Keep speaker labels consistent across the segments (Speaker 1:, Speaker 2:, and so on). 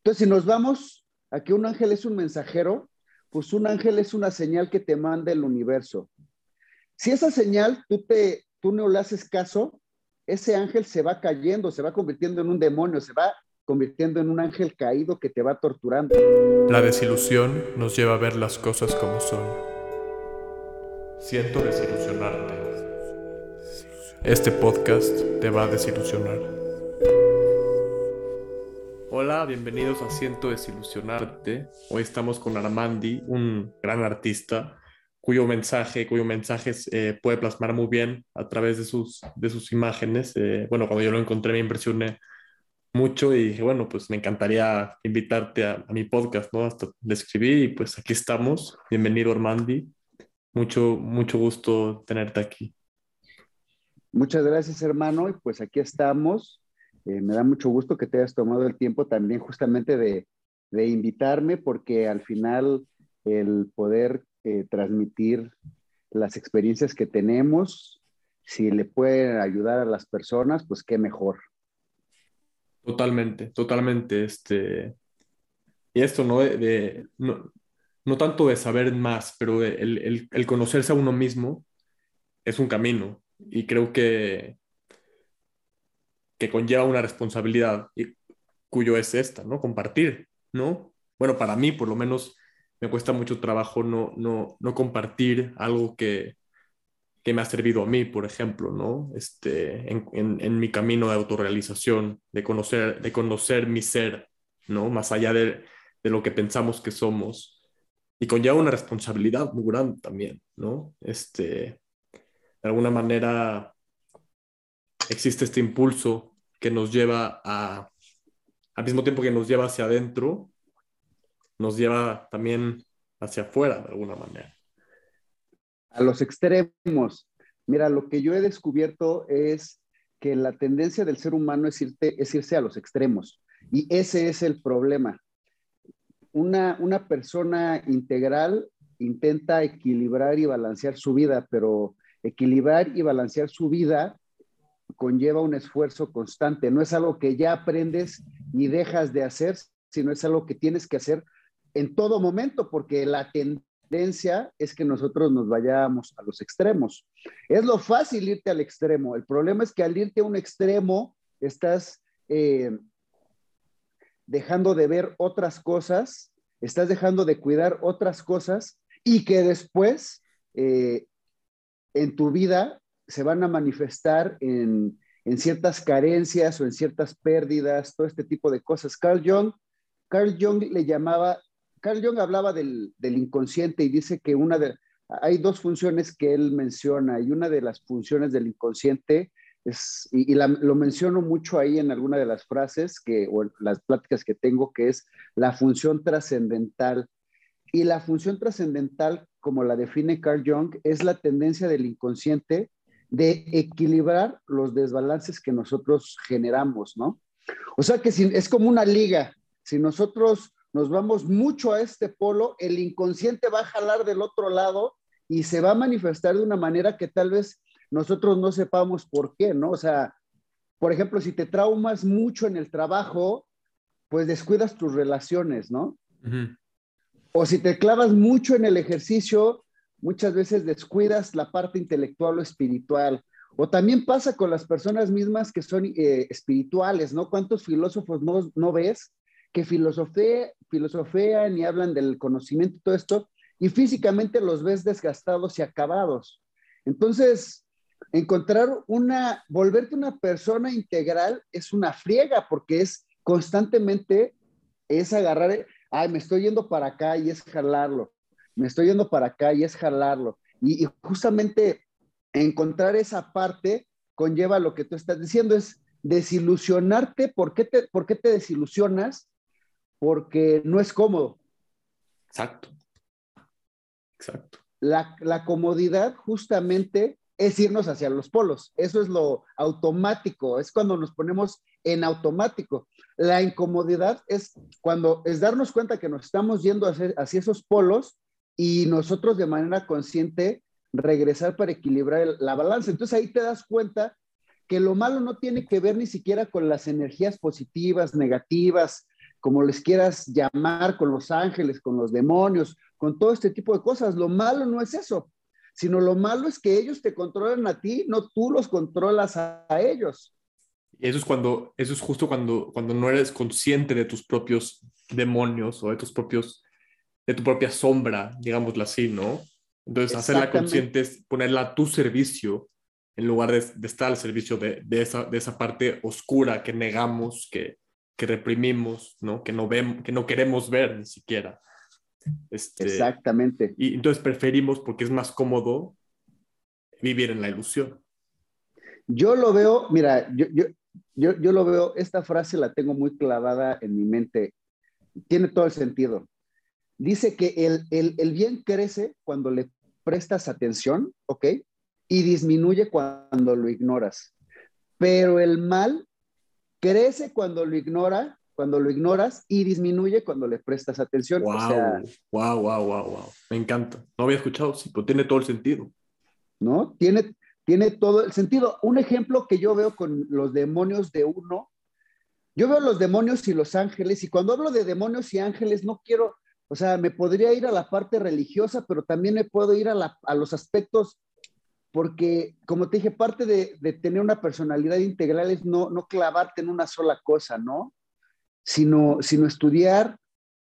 Speaker 1: Entonces, si nos vamos a que un ángel es un mensajero, pues un ángel es una señal que te manda el universo. Si esa señal tú no le haces caso, ese ángel se va cayendo, se va convirtiendo en un demonio, se va convirtiendo en un ángel caído que te va torturando.
Speaker 2: La desilusión nos lleva a ver las cosas como son. Siento desilusionarte. Este podcast te va a desilusionar. Hola, bienvenidos a Siento desilusionarte. Hoy estamos con Armandi, un gran artista cuyo mensaje puede plasmar muy bien a través de sus imágenes. Bueno, cuando yo lo encontré me impresioné mucho y dije, bueno, pues me encantaría invitarte a mi podcast, ¿no? Hasta le escribí y pues aquí estamos. Bienvenido, Armandi. Mucho gusto tenerte aquí.
Speaker 1: Muchas gracias, hermano, y pues aquí estamos. Me da mucho gusto que te hayas tomado el tiempo también justamente de invitarme, porque al final el poder transmitir las experiencias que tenemos, si le pueden ayudar a las personas, pues qué mejor.
Speaker 2: Totalmente, y esto, ¿no? No tanto de saber más, pero el conocerse a uno mismo es un camino y creo que conlleva una responsabilidad cuyo es esta, ¿no? Compartir, ¿no? Bueno, para mí por lo menos me cuesta mucho trabajo no compartir algo que me ha servido a mí, por ejemplo, ¿no? En mi camino de autorrealización, de conocer mi ser, ¿no? Más allá de lo que pensamos que somos. Y conlleva una responsabilidad muy grande también, ¿no? De alguna manera existe este impulso que nos lleva al mismo tiempo que nos lleva hacia adentro, nos lleva también hacia afuera, de alguna manera.
Speaker 1: A los extremos. Mira, lo que yo he descubierto es que la tendencia del ser humano es irse a los extremos. Y ese es el problema. Una persona integral intenta equilibrar y balancear su vida, pero equilibrar y balancear su vida conlleva un esfuerzo constante. No es algo que ya aprendes y dejas de hacer, sino es algo que tienes que hacer en todo momento, porque la tendencia es que nosotros nos vayamos a los extremos. Es lo fácil irte al extremo. El problema es que al irte a un extremo estás dejando de ver otras cosas, estás dejando de cuidar otras cosas y que después en tu vida se van a manifestar en ciertas carencias o en ciertas pérdidas, todo este tipo de cosas. Carl Jung le llamaba, Carl Jung hablaba del inconsciente y dice que hay dos funciones que él menciona y una de las funciones del inconsciente lo menciono mucho ahí en alguna de las frases o en las pláticas que tengo, que es la función trascendental. Y la función trascendental, como la define Carl Jung, es la tendencia del inconsciente de equilibrar los desbalances que nosotros generamos, ¿no? O sea que es como una liga. Si nosotros nos vamos mucho a este polo, el inconsciente va a jalar del otro lado y se va a manifestar de una manera que tal vez nosotros no sepamos por qué, ¿no? O sea, por ejemplo, si te traumas mucho en el trabajo, pues descuidas tus relaciones, ¿no?
Speaker 2: Uh-huh.
Speaker 1: O si te clavas mucho en el ejercicio, muchas veces descuidas la parte intelectual o espiritual. O también pasa con las personas mismas que son espirituales, ¿no? ¿Cuántos filósofos no ves que filosofean y hablan del conocimiento y todo esto, y físicamente los ves desgastados y acabados? Entonces, volverte una persona integral es una friega, porque es constantemente, es agarrar, ay, me estoy yendo para acá y es jalarlo, me estoy yendo para acá y es jalarlo. Y justamente encontrar esa parte conlleva lo que tú estás diciendo, es desilusionarte. ¿Por qué te desilusionas? Porque no es cómodo.
Speaker 2: Exacto, exacto.
Speaker 1: La comodidad justamente es irnos hacia los polos. Eso es lo automático, es cuando nos ponemos en automático. La incomodidad es darnos cuenta que nos estamos yendo hacia esos polos y nosotros de manera consciente regresar para equilibrar la balanza. Entonces ahí te das cuenta que lo malo no tiene que ver ni siquiera con las energías positivas, negativas, como les quieras llamar, con los ángeles, con los demonios, con todo este tipo de cosas. Lo malo no es eso, sino lo malo es que ellos te controlan a ti, no tú los controlas a ellos.
Speaker 2: Y eso es justo cuando no eres consciente de tus propios demonios o de tu propia sombra, digámoslo así, ¿no? Entonces, hacerla
Speaker 1: Exactamente,
Speaker 2: consciente es ponerla a tu servicio en lugar de estar al servicio de esa parte oscura que negamos, que reprimimos, ¿no? Que no queremos ver ni siquiera.
Speaker 1: exactamente.
Speaker 2: Y entonces preferimos, porque es más cómodo, vivir en la ilusión.
Speaker 1: Yo lo veo, mira, yo lo veo, esta frase la tengo muy clavada en mi mente, tiene todo el sentido. Dice que el bien crece cuando le prestas atención, ¿ok? Y disminuye cuando lo ignoras. Pero el mal crece cuando lo ignoras y disminuye cuando le prestas atención. O sea,
Speaker 2: Wow, wow, wow, wow, wow. Me encanta. No había escuchado, sí, pero tiene todo el sentido.
Speaker 1: ¿no? Tiene todo el sentido. Un ejemplo que yo veo con los demonios de uno, yo veo los demonios y los ángeles, y cuando hablo de demonios y ángeles, no quiero, o sea, me podría ir a la parte religiosa, pero también me puedo ir a los aspectos, porque, como te dije, parte de tener una personalidad integral es no clavarte en una sola cosa, ¿no? Sino estudiar.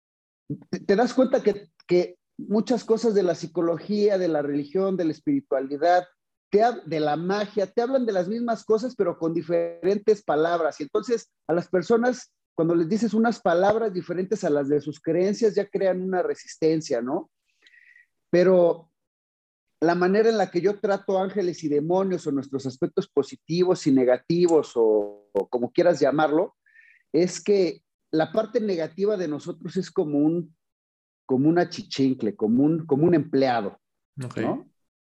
Speaker 1: Te das cuenta que muchas cosas de la psicología, de la religión, de la espiritualidad, de la magia, te hablan de las mismas cosas, pero con diferentes palabras. Y entonces a las personas, cuando les dices unas palabras diferentes a las de sus creencias, ya crean una resistencia, ¿no? Pero la manera en la que yo trato ángeles y demonios o nuestros aspectos positivos y negativos o como quieras llamarlo, es que la parte negativa de nosotros es como un achichincle, como un empleado,
Speaker 2: Ok.
Speaker 1: ¿no?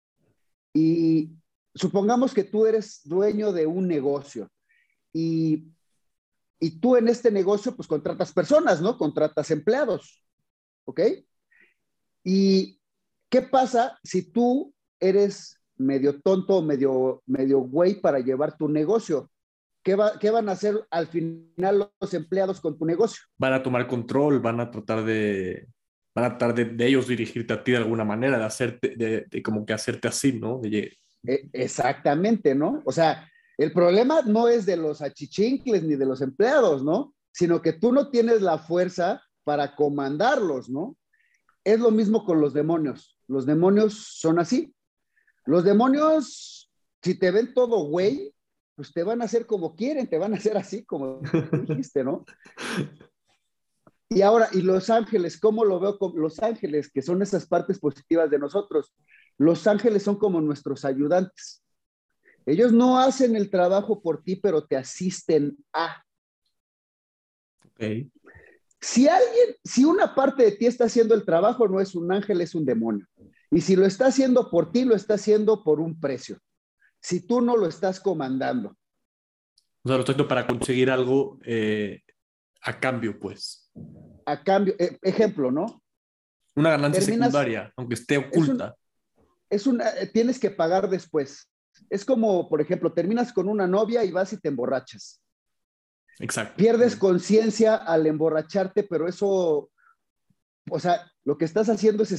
Speaker 1: Y supongamos que tú eres dueño de un negocio y, y tú en este negocio pues contratas personas, ¿no? Contratas empleados, ¿ok? ¿Y qué pasa si tú eres medio tonto o medio güey para llevar tu negocio? ¿Qué van a hacer al final los empleados con tu negocio?
Speaker 2: Van a tomar control, van a tratar de ellos dirigirte a ti de alguna manera, de hacerte, de como que hacerte así, ¿no?
Speaker 1: Exactamente, ¿no? O sea, el problema no es de los achichincles ni de los empleados, ¿no? Sino que tú no tienes la fuerza para comandarlos, ¿no? Es lo mismo con los demonios. Los demonios son así. Los demonios, si te ven todo güey, pues te van a hacer como quieren, te van a hacer así como dijiste, ¿no? Y ahora, ¿y los ángeles? ¿Cómo lo veo con los ángeles? Que son esas partes positivas de nosotros. Los ángeles son como nuestros ayudantes. Ellos no hacen el trabajo por ti, pero te asisten a.
Speaker 2: Ok.
Speaker 1: Si una parte de ti está haciendo el trabajo, no es un ángel, es un demonio. Y si lo está haciendo por ti, lo está haciendo por un precio. Si tú no lo estás comandando.
Speaker 2: O sea, lo estoy haciendo para conseguir algo a cambio, pues.
Speaker 1: A cambio, ejemplo, ¿no?
Speaker 2: Una ganancia
Speaker 1: Terminas,
Speaker 2: secundaria, aunque esté
Speaker 1: es un,
Speaker 2: oculta.
Speaker 1: tienes que pagar después. Es como, por ejemplo, terminas con una novia y vas y te emborrachas.
Speaker 2: Exacto.
Speaker 1: Pierdes conciencia al emborracharte, pero eso, o sea, lo que estás haciendo es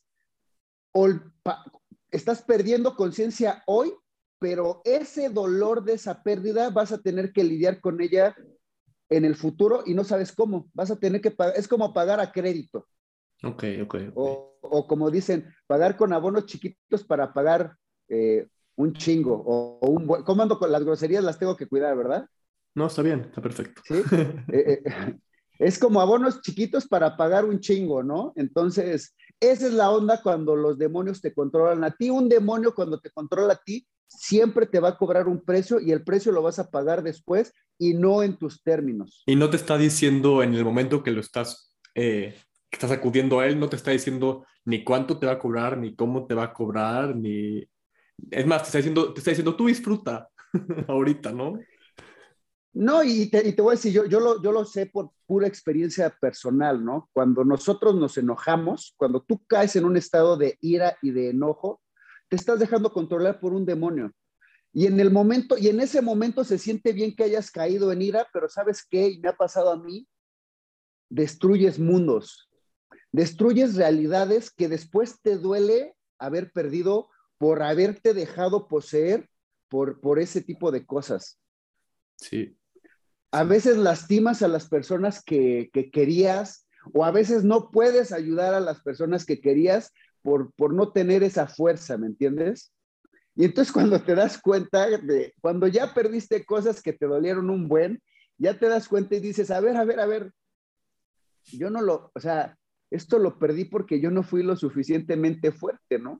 Speaker 1: estás perdiendo conciencia hoy, pero ese dolor de esa pérdida vas a tener que lidiar con ella en el futuro y no sabes cómo. Vas a tener que pagar, es como pagar a crédito.
Speaker 2: Ok, ok, ok.
Speaker 1: O como dicen, pagar con abonos chiquitos para pagar un chingo ¿Cómo ando con las groserías? Las tengo que cuidar, ¿verdad?
Speaker 2: No, está bien, está perfecto.
Speaker 1: Sí. Es como abonos chiquitos para pagar un chingo, ¿no? Entonces, esa es la onda cuando los demonios te controlan a ti. Un demonio cuando te controla a ti siempre te va a cobrar un precio y el precio lo vas a pagar después y no en tus términos.
Speaker 2: Y no te está diciendo en el momento que estás acudiendo a él, no te está diciendo ni cuánto te va a cobrar, ni cómo te va a cobrar, ni... Es más, te está diciendo, tú disfruta ahorita, ¿no?
Speaker 1: No, y te voy a decir, yo lo sé por pura experiencia personal, ¿no? Cuando nosotros nos enojamos, cuando tú caes en un estado de ira y de enojo, te estás dejando controlar por un demonio. Y en ese momento se siente bien que hayas caído en ira, pero ¿sabes qué? Y me ha pasado a mí, destruyes mundos, destruyes realidades que después te duele haber perdido por haberte dejado poseer por ese tipo de cosas.
Speaker 2: Sí.
Speaker 1: A veces lastimas a las personas que querías, o a veces no puedes ayudar a las personas que querías por no tener esa fuerza, ¿me entiendes? Y entonces cuando te das cuenta, cuando ya perdiste cosas que te dolieron un buen, ya te das cuenta y dices, a ver, yo no lo, o sea, esto lo perdí porque yo no fui lo suficientemente fuerte, ¿no?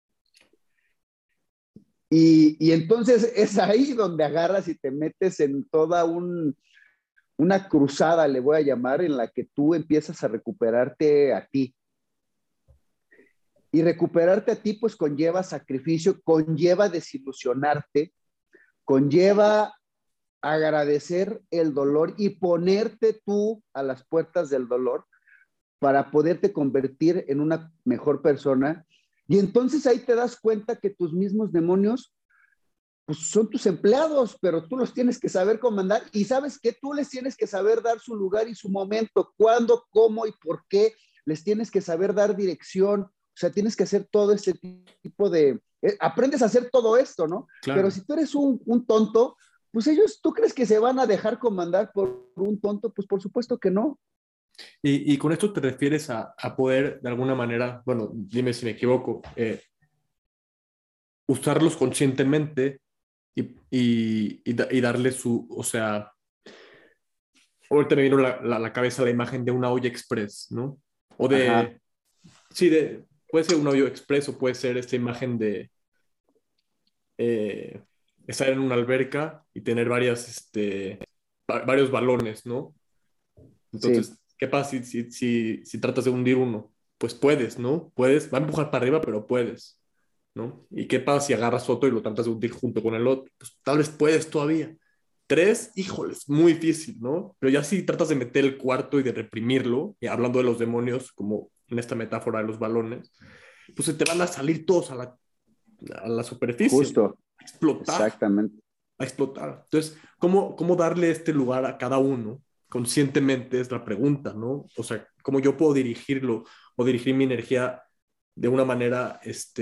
Speaker 1: Y entonces es ahí donde agarras y te metes en toda una cruzada, le voy a llamar, en la que tú empiezas a recuperarte a ti. Y recuperarte a ti pues conlleva sacrificio, conlleva desilusionarte, conlleva agradecer el dolor y ponerte tú a las puertas del dolor para poderte convertir en una mejor persona. Y entonces ahí te das cuenta que tus mismos demonios pues son tus empleados, pero tú los tienes que saber comandar y sabes que tú les tienes que saber dar su lugar y su momento, cuándo, cómo y por qué, les tienes que saber dar dirección, o sea, tienes que hacer todo este tipo de, aprendes a hacer todo esto, ¿no? Pero
Speaker 2: Claro.
Speaker 1: si tú eres un tonto, pues ellos, ¿tú crees que se van a dejar comandar por un tonto? Pues por supuesto que no.
Speaker 2: Y con esto te refieres a poder, de alguna manera, bueno, dime si me equivoco, usarlos conscientemente y darle su, o sea, ahorita me vino la cabeza la imagen de una olla express, ¿no? O
Speaker 1: Ajá,
Speaker 2: de, sí, puede ser un olla express o puede ser esta imagen de eh, estar en una alberca y tener varios balones, ¿no?
Speaker 1: sí,
Speaker 2: Entonces, ¿qué pasa si tratas de hundir uno? Pues puedes, ¿no? Puedes, va a empujar para arriba, pero puedes, ¿no? ¿Y qué pasa si agarras otro y lo tratas de hundir junto con el otro? Pues tal vez puedes todavía. Tres, híjoles, muy difícil, ¿no? Pero ya si tratas de meter el cuarto y de reprimirlo, y hablando de los demonios, como en esta metáfora de los balones, pues se te van a salir todos a la superficie,
Speaker 1: justo,
Speaker 2: a explotar,
Speaker 1: exactamente.
Speaker 2: a explotar. Entonces, ¿cómo darle este lugar a cada uno? Conscientemente es la pregunta, ¿no? O sea, ¿cómo yo puedo dirigirlo o dirigir mi energía de una manera,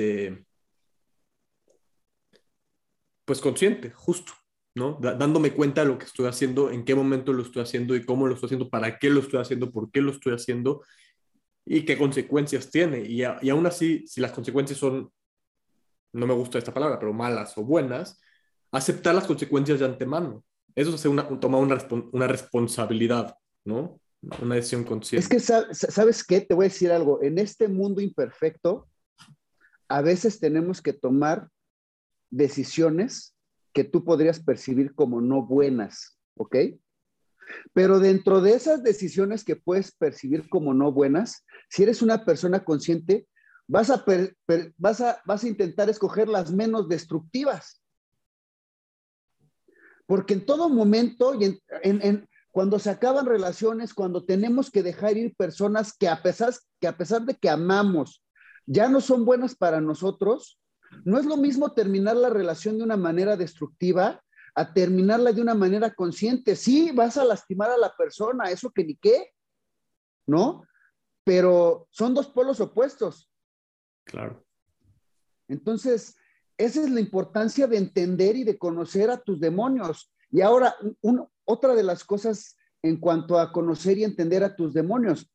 Speaker 2: pues consciente, justo, ¿no? Dándome cuenta de lo que estoy haciendo, en qué momento lo estoy haciendo y cómo lo estoy haciendo, para qué lo estoy haciendo, por qué lo estoy haciendo y qué consecuencias tiene. Y aún así, si las consecuencias son, no me gusta esta palabra, pero malas o buenas, aceptar las consecuencias de antemano. Eso es hacer tomar una responsabilidad, ¿no? Una decisión
Speaker 1: Es que,
Speaker 2: consciente.
Speaker 1: ¿sabes qué? Te voy a decir algo. En este mundo imperfecto, a veces tenemos que tomar decisiones que tú podrías percibir como no buenas, ¿ok? Pero dentro de esas decisiones que puedes percibir como no buenas, si eres una persona consciente, vas a intentar escoger las menos destructivas. Porque en todo momento, cuando se acaban relaciones, cuando tenemos que dejar ir personas que a pesar de que amamos, ya no son buenas para nosotros, no es lo mismo terminar la relación de una manera destructiva a terminarla de una manera consciente. Sí, vas a lastimar a la persona, eso que ni qué, ¿no? Pero son dos polos opuestos.
Speaker 2: Claro.
Speaker 1: Entonces, esa es la importancia de entender y de conocer a tus demonios. Y ahora, otra de las cosas en cuanto a conocer y entender a tus demonios.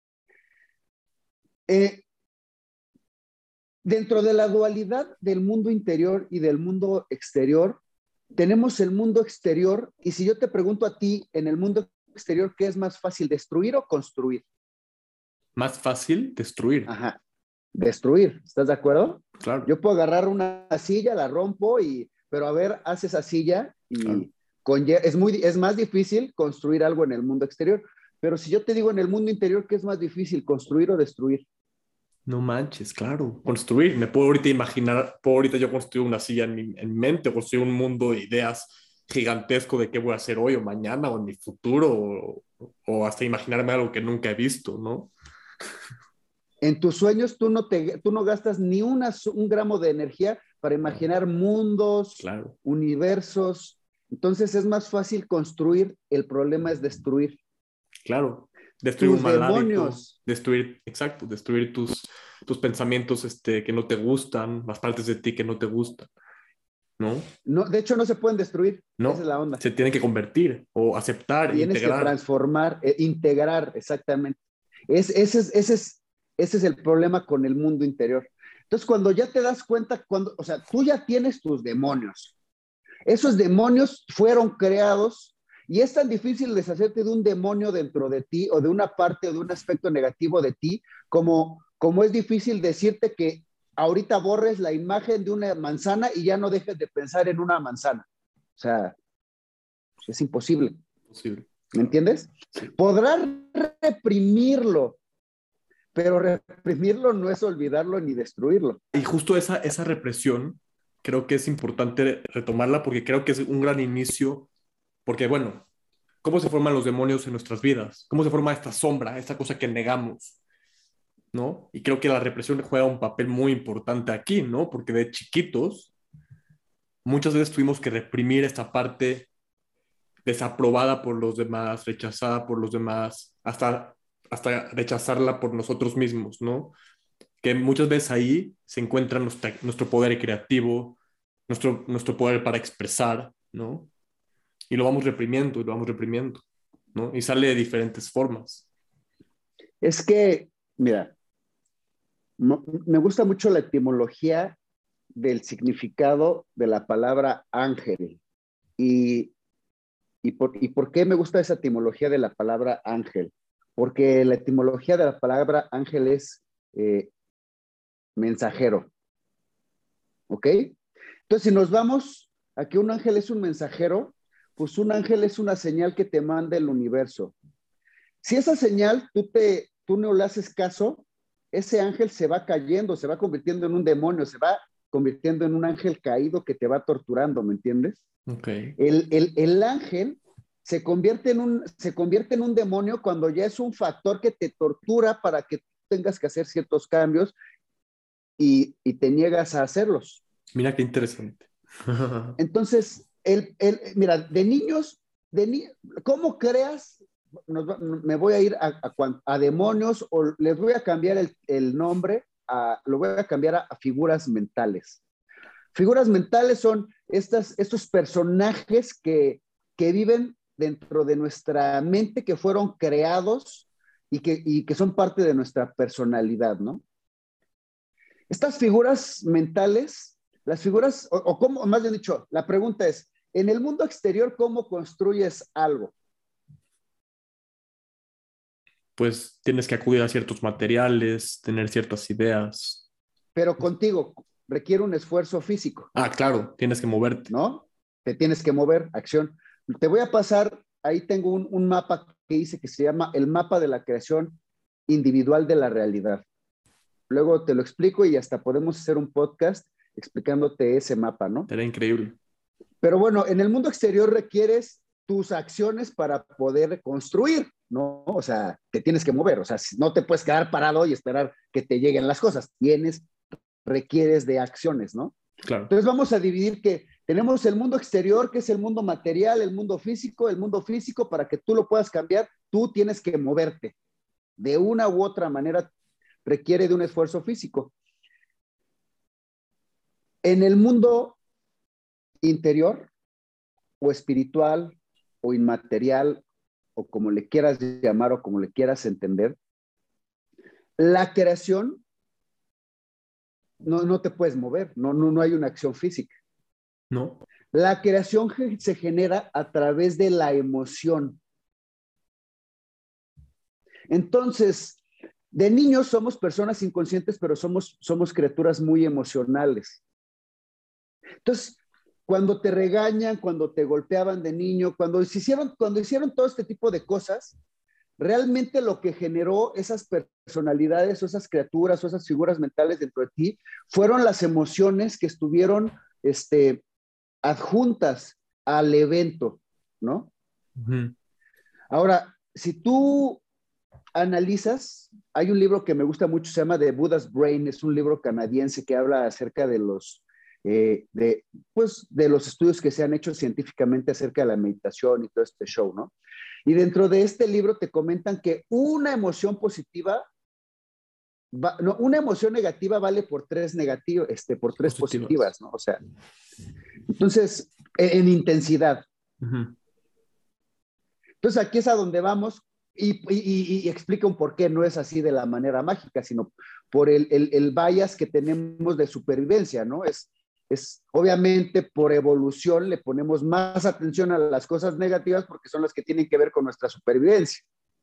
Speaker 1: Eh, Dentro de la dualidad del mundo interior y del mundo exterior, tenemos el mundo exterior. Y si yo te pregunto a ti, en el mundo exterior, ¿qué es más fácil, destruir o construir?
Speaker 2: Más fácil destruir,
Speaker 1: Ajá, destruir, ¿estás de acuerdo?
Speaker 2: claro,
Speaker 1: Yo puedo agarrar una silla, la rompo, pero a ver, haz esa silla
Speaker 2: claro.
Speaker 1: y es más difícil construir algo en el mundo exterior. Pero si yo te digo en el mundo interior, ¿qué es más difícil, construir o destruir?
Speaker 2: No manches, claro. Construir. Me puedo ahorita imaginar, puedo ahorita yo construir una silla en mi mente, construir un mundo de ideas gigantesco de qué voy a hacer hoy o mañana o en mi futuro o hasta imaginarme algo que nunca he visto, ¿no?
Speaker 1: En tus sueños tú no gastas ni un gramo de energía para
Speaker 2: Claro,
Speaker 1: imaginar mundos,
Speaker 2: claro,
Speaker 1: universos. Entonces es más fácil construir, el problema es destruir.
Speaker 2: claro. destruir un
Speaker 1: tus
Speaker 2: mal hábito,
Speaker 1: demonios.
Speaker 2: destruir tus pensamientos que no te gustan, las partes de ti que no te gustan, ¿no?
Speaker 1: No, de hecho, no se pueden destruir. Esa es
Speaker 2: No,
Speaker 1: la onda.
Speaker 2: se tienen que convertir o aceptar,
Speaker 1: Tienes que
Speaker 2: integrar.
Speaker 1: transformar, integrar, exactamente. Ese es el problema con el mundo interior. Entonces, cuando ya te das cuenta, o sea, tú ya tienes tus demonios. Esos demonios fueron creados y es tan difícil deshacerte de un demonio dentro de ti o de una parte o de un aspecto negativo de ti como es difícil decirte que ahorita borres la imagen de una manzana y ya no dejes de pensar en una manzana. O sea, es imposible.
Speaker 2: Posible,
Speaker 1: ¿Me
Speaker 2: claro.
Speaker 1: entiendes?
Speaker 2: Sí.
Speaker 1: Podrás reprimirlo, pero reprimirlo no es olvidarlo ni destruirlo.
Speaker 2: Y justo esa represión, creo que es importante retomarla porque creo que es un gran inicio, porque bueno, ¿cómo se forman los demonios en nuestras vidas? ¿Cómo se forma esta sombra, esta cosa que negamos? ¿No? Y creo que la represión juega un papel muy importante aquí, ¿no? Porque de chiquitos muchas veces tuvimos que reprimir esta parte desaprobada por los demás, rechazada por los demás, hasta rechazarla por nosotros mismos, ¿no? Que muchas veces ahí se encuentra nuestro poder creativo, nuestro poder para expresar, ¿no? Y lo vamos reprimiendo y lo vamos reprimiendo, ¿no? Y sale de diferentes formas.
Speaker 1: Es que, mira, me gusta mucho la etimología del significado de la palabra ángel. Y, por qué me gusta esa etimología de la palabra ángel? Porque la etimología de la palabra ángel es eh, mensajero. ¿Ok? Entonces, si nos vamos a que un ángel es un mensajero, pues un ángel es una señal que te manda el universo. Si esa señal tú no le haces caso, ese ángel se va cayendo, se va convirtiendo en un demonio, se va convirtiendo en un ángel caído que te va torturando, ¿me entiendes?
Speaker 2: Ok.
Speaker 1: El ángel se convierte en un demonio cuando ya es un factor que te tortura para que tengas que hacer ciertos cambios y te niegas a hacerlos.
Speaker 2: Mira qué interesante.
Speaker 1: Entonces, mira, de niños, ¿cómo creas? Me voy a ir a demonios o les voy a cambiar el nombre, lo voy a cambiar a figuras mentales. Figuras mentales son estos personajes que viven dentro de nuestra mente, que fueron creados y que son parte de nuestra personalidad, ¿no? Estas figuras mentales, las figuras, o cómo, más bien dicho, la pregunta es, en el mundo exterior, ¿cómo construyes algo?
Speaker 2: Pues tienes que acudir a ciertos materiales, tener ciertas ideas.
Speaker 1: Pero contigo requiere un esfuerzo físico,
Speaker 2: Ah, claro, tienes que moverte.
Speaker 1: ¿no? Te tienes que mover, acción. Te voy a pasar, ahí tengo un mapa que dice que se llama el mapa de la creación individual de la realidad. Luego te lo explico y hasta podemos hacer un podcast explicándote ese mapa, ¿no?
Speaker 2: Era increíble.
Speaker 1: Pero bueno, en el mundo exterior requieres tus acciones para poder construir, ¿no? O sea, te tienes que mover, o sea, no te puedes quedar parado y esperar que te lleguen las cosas, requieres de acciones, ¿no?
Speaker 2: Claro.
Speaker 1: Entonces vamos a dividir que tenemos el mundo exterior, que es el mundo material, el mundo físico, para que tú lo puedas cambiar, tú tienes que moverte. De una u otra manera requiere de un esfuerzo físico. En el mundo interior o espiritual o inmaterial o como le quieras llamar o como le quieras entender, la creación no te puedes mover, no hay una acción física.
Speaker 2: ¿No?
Speaker 1: La creación se genera a través de la emoción. Entonces, de niños somos personas inconscientes, pero somos criaturas muy emocionales. Entonces, cuando te regañan, cuando te golpeaban de niño, cuando hicieron todo este tipo de cosas, realmente lo que generó esas personalidades o esas criaturas o esas figuras mentales dentro de ti fueron las emociones que estuvieron adjuntas al evento, ¿no?
Speaker 2: Uh-huh.
Speaker 1: Ahora, si tú analizas, hay un libro que me gusta mucho, se llama The Buddha's Brain, es un libro canadiense que habla acerca de de los estudios que se han hecho científicamente acerca de la meditación y todo este show, ¿no? Y dentro de este libro te comentan que una emoción positiva, no, una emoción negativa vale por tres negativas, por tres positivas, ¿no? O sea, entonces, en intensidad.
Speaker 2: Uh-huh.
Speaker 1: Entonces, aquí es a donde vamos y explica un por qué no es así de la manera mágica, sino por el bias que tenemos de supervivencia, ¿no? Obviamente por evolución le ponemos más atención a las cosas negativas porque son las que tienen que ver con nuestra supervivencia.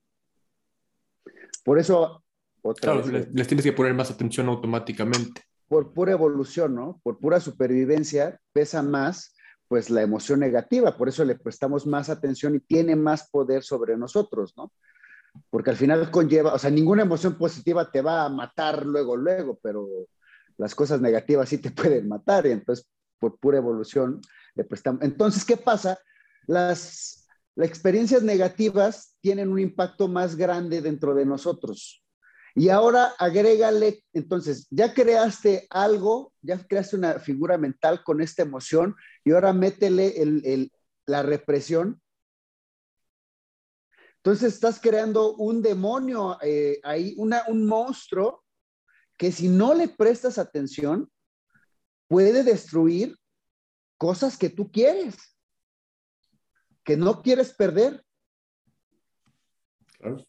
Speaker 1: Por eso, otra
Speaker 2: Claro,
Speaker 1: vez,
Speaker 2: les tienes que poner más atención automáticamente.
Speaker 1: por pura evolución, ¿no? Por pura supervivencia pesa más pues la emoción negativa, por eso le prestamos más atención y tiene más poder sobre nosotros, ¿no? Porque al final conlleva, o sea, ninguna emoción positiva te va a matar luego, pero las cosas negativas sí te pueden matar y entonces por pura evolución le prestamos. Entonces, ¿qué pasa? Las experiencias negativas tienen un impacto más grande dentro de nosotros. Y ahora agrégale, entonces, ya creaste algo, ya creaste una figura mental con esta emoción y ahora métele la represión. Entonces estás creando un demonio ahí, un monstruo que si no le prestas atención puede destruir cosas que tú quieres, que no quieres perder.
Speaker 2: Claro.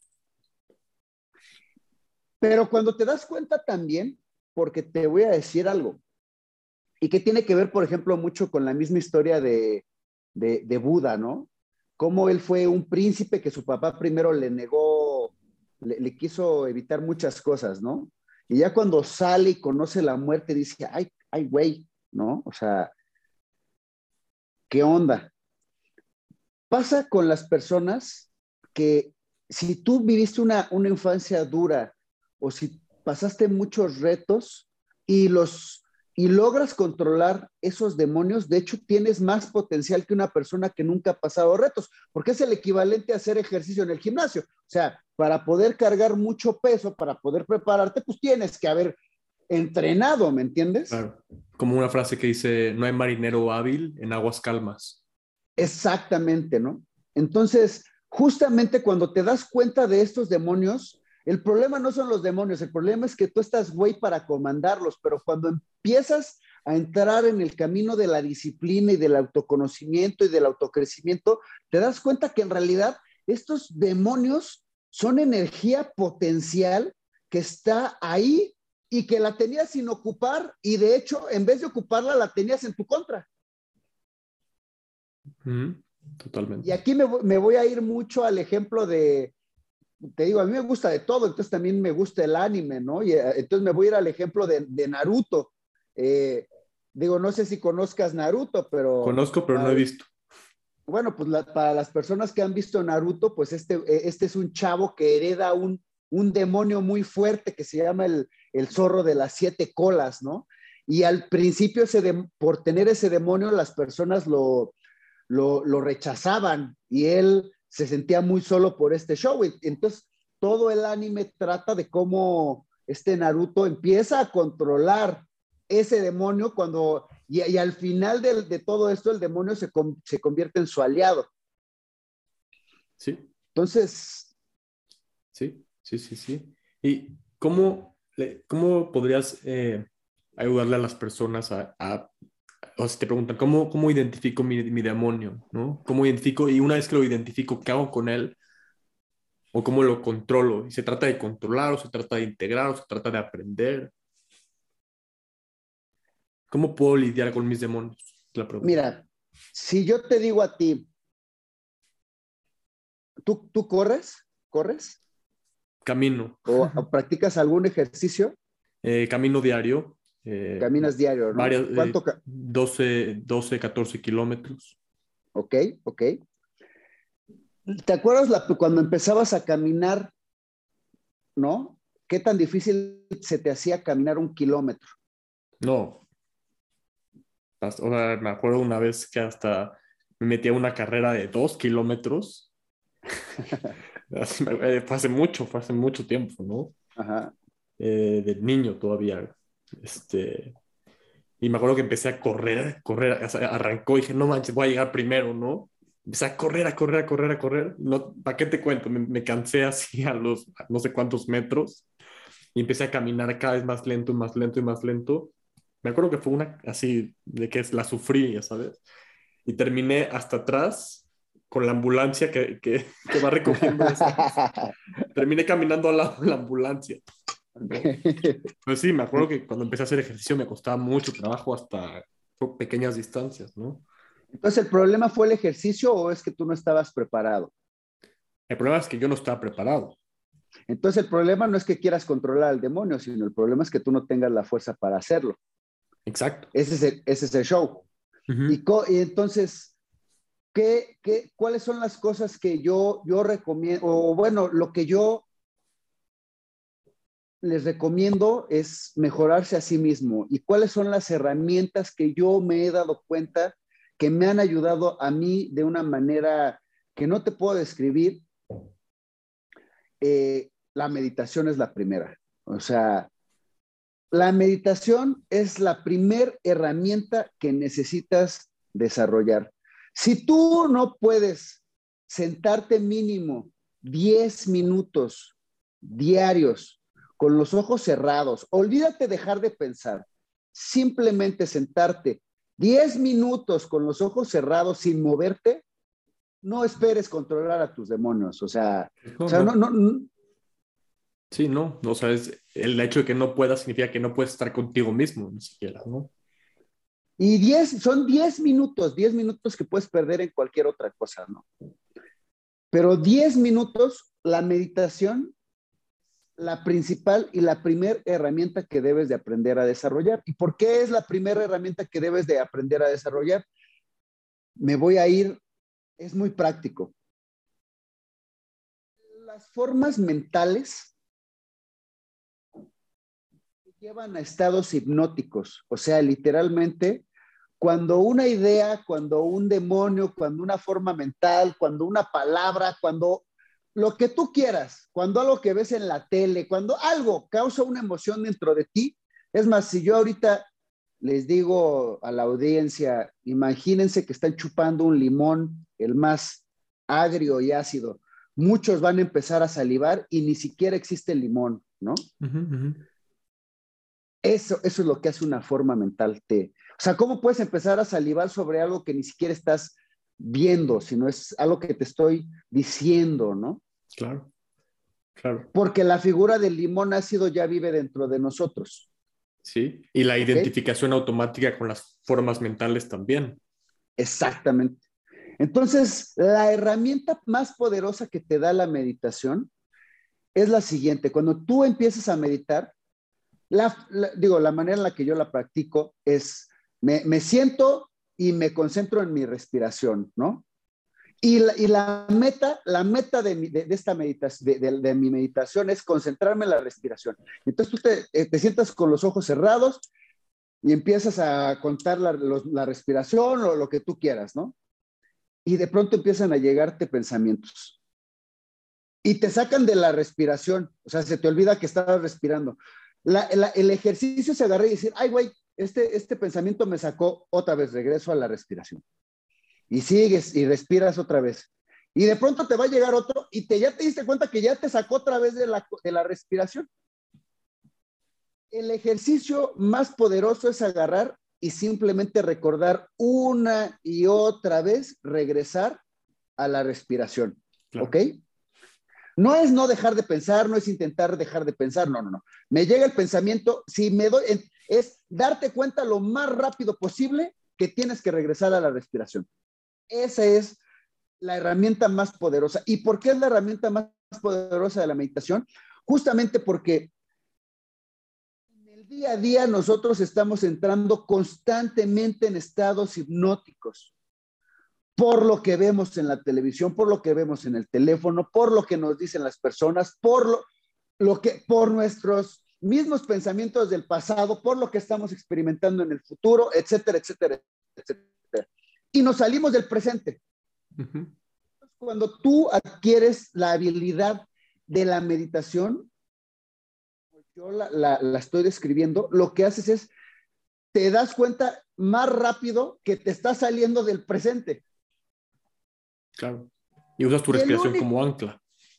Speaker 1: Pero cuando te das cuenta también, porque te voy a decir algo, y que tiene que ver, por ejemplo, mucho con la misma historia de Buda, ¿no? Cómo él fue un príncipe que su papá primero le negó, le quiso evitar muchas cosas, ¿no? Y ya cuando sale y conoce la muerte, dice, ay, güey, ¿no? O sea, ¿qué onda? Pasa con las personas que si tú viviste una infancia dura o si pasaste muchos retos y y logras controlar esos demonios, de hecho tienes más potencial que una persona que nunca ha pasado retos, porque es el equivalente a hacer ejercicio en el gimnasio. O sea, para poder cargar mucho peso, para poder prepararte, pues tienes que haber entrenado, ¿me entiendes?
Speaker 2: Claro. Como una frase que dice, no hay marinero hábil en aguas calmas.
Speaker 1: Exactamente, ¿no? Entonces, justamente cuando te das cuenta de estos demonios, el problema no son los demonios, el problema es que tú estás güey para comandarlos, pero cuando empiezas a entrar en el camino de la disciplina y del autoconocimiento y del autocrecimiento, te das cuenta que en realidad estos demonios son energía potencial que está ahí y que la tenías sin ocupar y de hecho, en vez de ocuparla, la tenías en tu contra.
Speaker 2: Totalmente.
Speaker 1: Y aquí me voy a ir mucho al ejemplo te digo, a mí me gusta de todo, entonces también me gusta el anime, ¿no? Y entonces me voy a ir al ejemplo de Naruto. Digo, no sé si conozcas Naruto, pero
Speaker 2: Conozco, pero no he visto.
Speaker 1: bueno, pues para las personas que han visto Naruto, pues este es un chavo que hereda un demonio muy fuerte que se llama el zorro de las siete colas, ¿no? Y al principio, por tener ese demonio, las personas lo rechazaban y él se sentía muy solo por este show. Entonces, todo el anime trata de cómo este Naruto empieza a controlar ese demonio y al final de todo esto el demonio se convierte en su aliado.
Speaker 2: Sí.
Speaker 1: Entonces,
Speaker 2: Sí. ¿Y cómo podrías ayudarle a las personas o si te preguntan, ¿cómo identifico mi demonio? ¿No? ¿Cómo identifico? Y una vez que lo identifico, ¿qué hago con él? ¿O cómo lo controlo? ¿Y se trata de controlar o se trata de integrar o se trata de aprender? ¿Cómo puedo lidiar con mis demonios? Es la pregunta.
Speaker 1: mira, si yo te digo a ti, ¿tú corres? ¿Corres?
Speaker 2: Camino.
Speaker 1: ¿O practicas algún ejercicio?
Speaker 2: Camino diario. eh,
Speaker 1: Caminas diario, ¿no?
Speaker 2: varias,
Speaker 1: ¿Cuánto?
Speaker 2: 14 kilómetros.
Speaker 1: Ok, ok. ¿Te acuerdas cuando empezabas a caminar, no? ¿Qué tan difícil se te hacía caminar 1 kilómetro?
Speaker 2: No, o sea, me acuerdo una vez que hasta me metí a una carrera de 2 kilómetros. Fue hace mucho tiempo, ¿no?
Speaker 1: Ajá.
Speaker 2: De niño todavía. Y me acuerdo que empecé a correr, o sea, arrancó y dije, no manches, voy a llegar primero, ¿no? empecé a correr, a correr, a correr, a correr. No, ¿para qué te cuento? Me cansé así a los no sé cuántos metros y empecé a caminar cada vez más lento y más lento y más lento. Me acuerdo que fue una así de que la sufrí, ya sabes. Y terminé hasta atrás con la ambulancia que va recogiendo, ya sabes. Terminé caminando al lado de la ambulancia, ¿no? Pues sí, me acuerdo que cuando empecé a hacer ejercicio me costaba mucho trabajo hasta pequeñas distancias, ¿no?
Speaker 1: Entonces, ¿el problema fue el ejercicio o es que tú no estabas preparado?
Speaker 2: El problema es que yo no estaba preparado.
Speaker 1: Entonces, el problema no es que quieras controlar al demonio, sino el problema es que tú no tengas la fuerza para hacerlo.
Speaker 2: Exacto.
Speaker 1: Ese es el show.
Speaker 2: Ujú.
Speaker 1: Y entonces, cuáles son las cosas que yo recomiendo? O bueno, lo que yo les recomiendo es mejorarse a sí mismo. ¿Y cuáles son las herramientas que yo me he dado cuenta que me han ayudado a mí de una manera que no te puedo describir? La meditación es la primera. O sea, la meditación es la primer herramienta que necesitas desarrollar. Si tú no puedes sentarte mínimo 10 minutos diarios con los ojos cerrados, olvídate dejar de pensar, simplemente sentarte 10 minutos con los ojos cerrados sin moverte, no esperes controlar a tus demonios.
Speaker 2: No, no.
Speaker 1: No.
Speaker 2: Sí, no. O sea, el hecho de que no puedas significa que no puedes estar contigo mismo, ni siquiera, ¿no?
Speaker 1: Y son 10 minutos que puedes perder en cualquier otra cosa, ¿no? Pero 10 minutos, la meditación, la principal y la primera herramienta que debes de aprender a desarrollar. ¿Y por qué es la primera herramienta que debes de aprender a desarrollar? Me voy a ir, es muy práctico. Las formas mentales llevan a estados hipnóticos, o sea, literalmente cuando una idea, cuando un demonio, cuando una forma mental, cuando una palabra, cuando lo que tú quieras, cuando algo que ves en la tele, cuando algo causa una emoción dentro de ti, es más, si yo ahorita les digo a la audiencia, imagínense que están chupando un limón, el más agrio y ácido, muchos van a empezar a salivar y ni siquiera existe el limón, ¿no?
Speaker 2: Ujú, ujú.
Speaker 1: Eso es lo que hace una forma mental. O sea, ¿cómo puedes empezar a salivar sobre algo que ni siquiera estás viendo, sino es algo que te estoy diciendo, ¿no?
Speaker 2: Claro, claro.
Speaker 1: Porque la figura del limón ácido ya vive dentro de nosotros,
Speaker 2: Sí. Y la
Speaker 1: ¿ok?
Speaker 2: identificación automática con las formas mentales también.
Speaker 1: Exactamente. Entonces, la herramienta más poderosa que te da la meditación es la siguiente. Cuando tú empiezas a meditar, la manera en la que yo la practico es, me siento y me concentro en mi respiración, ¿no? La meta de esta meditación, de mi meditación es concentrarme en la respiración. Entonces tú te sientas con los ojos cerrados y empiezas a contar la respiración o lo que tú quieras, ¿no? Y de pronto empiezan a llegarte pensamientos y te sacan de la respiración, o sea, se te olvida que estabas respirando. El ejercicio se agarra y decir, ay, güey, este pensamiento me sacó otra vez, regreso a la respiración. Y sigues y respiras otra vez. Y de pronto te va a llegar otro y ya te diste cuenta que ya te sacó otra vez de la respiración. El ejercicio más poderoso es agarrar y simplemente recordar una y otra vez, regresar a la respiración. ¿Ok?
Speaker 2: Claro.
Speaker 1: No es no dejar de pensar, no es intentar dejar de pensar, no, no, no. Me llega el pensamiento, si me doy, es darte cuenta lo más rápido posible que tienes que regresar a la respiración. Esa es la herramienta más poderosa. ¿Y por qué es la herramienta más poderosa de la meditación? Justamente porque en el día a día nosotros estamos entrando constantemente en estados hipnóticos por lo que vemos en la televisión, por lo que vemos en el teléfono, por lo que nos dicen las personas, por nuestros mismos pensamientos del pasado, por lo que estamos experimentando en el futuro, etcétera, etcétera, etcétera. Y nos salimos del presente.
Speaker 2: Ujú.
Speaker 1: Cuando tú adquieres la habilidad de la meditación, yo la estoy describiendo, lo que haces es, te das cuenta más rápido que te estás saliendo del presente.
Speaker 2: Claro. Y usas tu
Speaker 1: Y el
Speaker 2: respiración
Speaker 1: único,
Speaker 2: como ancla.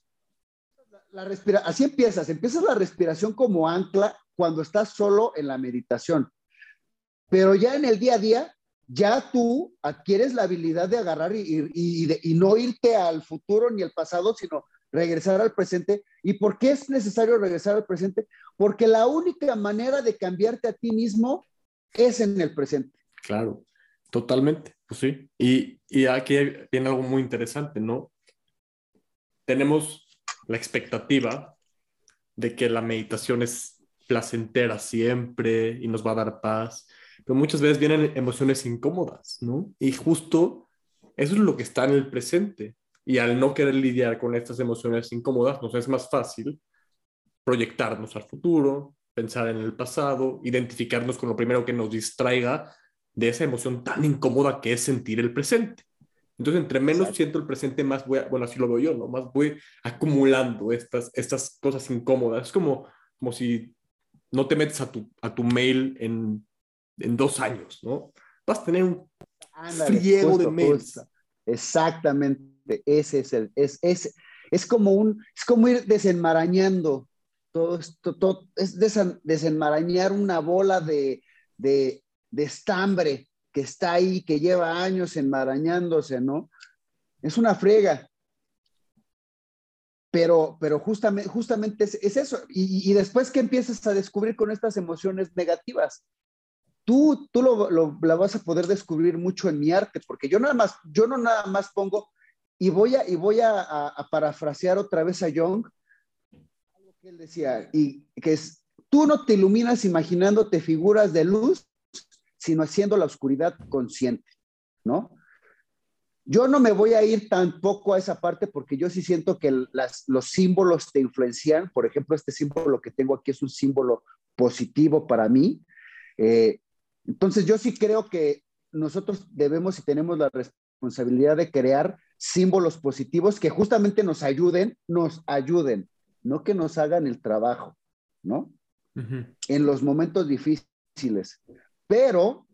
Speaker 1: así empiezas la respiración como ancla cuando estás solo en la meditación, pero ya en el día a día, ya tú adquieres la habilidad de agarrar y no irte al futuro ni al pasado, sino regresar al presente. ¿Y por qué es necesario regresar al presente? Porque la única manera de cambiarte a ti mismo es en el presente.
Speaker 2: Claro, totalmente, pues sí. Y aquí viene algo muy interesante, ¿no? Tenemos la expectativa de que la meditación es placentera siempre y nos va a dar paz, pero muchas veces vienen emociones incómodas, ¿no? Y justo eso es lo que está en el presente. Y al no querer lidiar con estas emociones incómodas, nos es más fácil proyectarnos al futuro, pensar en el pasado, identificarnos con lo primero que nos distraiga de esa emoción tan incómoda que es sentir el presente. Entonces, entre menos
Speaker 1: Exacto.
Speaker 2: siento el presente, más voy, bueno, así lo veo yo, ¿no? Más voy acumulando estas cosas incómodas. Es como si no te metes a tu mail en 2 años, ¿no? Vas a tener un
Speaker 1: Ándale,
Speaker 2: friego de
Speaker 1: justo, justo.
Speaker 2: mails.
Speaker 1: Exactamente, ese es es como ir desenmarañando todo esto, es desenmarañar una bola de estambre que está ahí, que lleva años enmarañándose, ¿no? Es una frega, pero justamente es eso. Y después que empiezas a descubrir con estas emociones negativas, tú la vas a poder descubrir mucho en mi arte, porque yo no nada más pongo, y voy a parafrasear otra vez a Jung, algo que él decía, y que es, tú no te iluminas imaginándote figuras de luz, sino haciendo la oscuridad consciente, ¿no? Yo no me voy a ir tampoco a esa parte porque yo sí siento que los símbolos te influencian. Por ejemplo, este símbolo que tengo aquí es un símbolo positivo para mí. Eh, entonces, yo sí creo que nosotros debemos y tenemos la responsabilidad de crear símbolos positivos que justamente nos ayuden, no que nos hagan el trabajo, ¿no?
Speaker 2: Ujú.
Speaker 1: En los momentos difíciles. Pero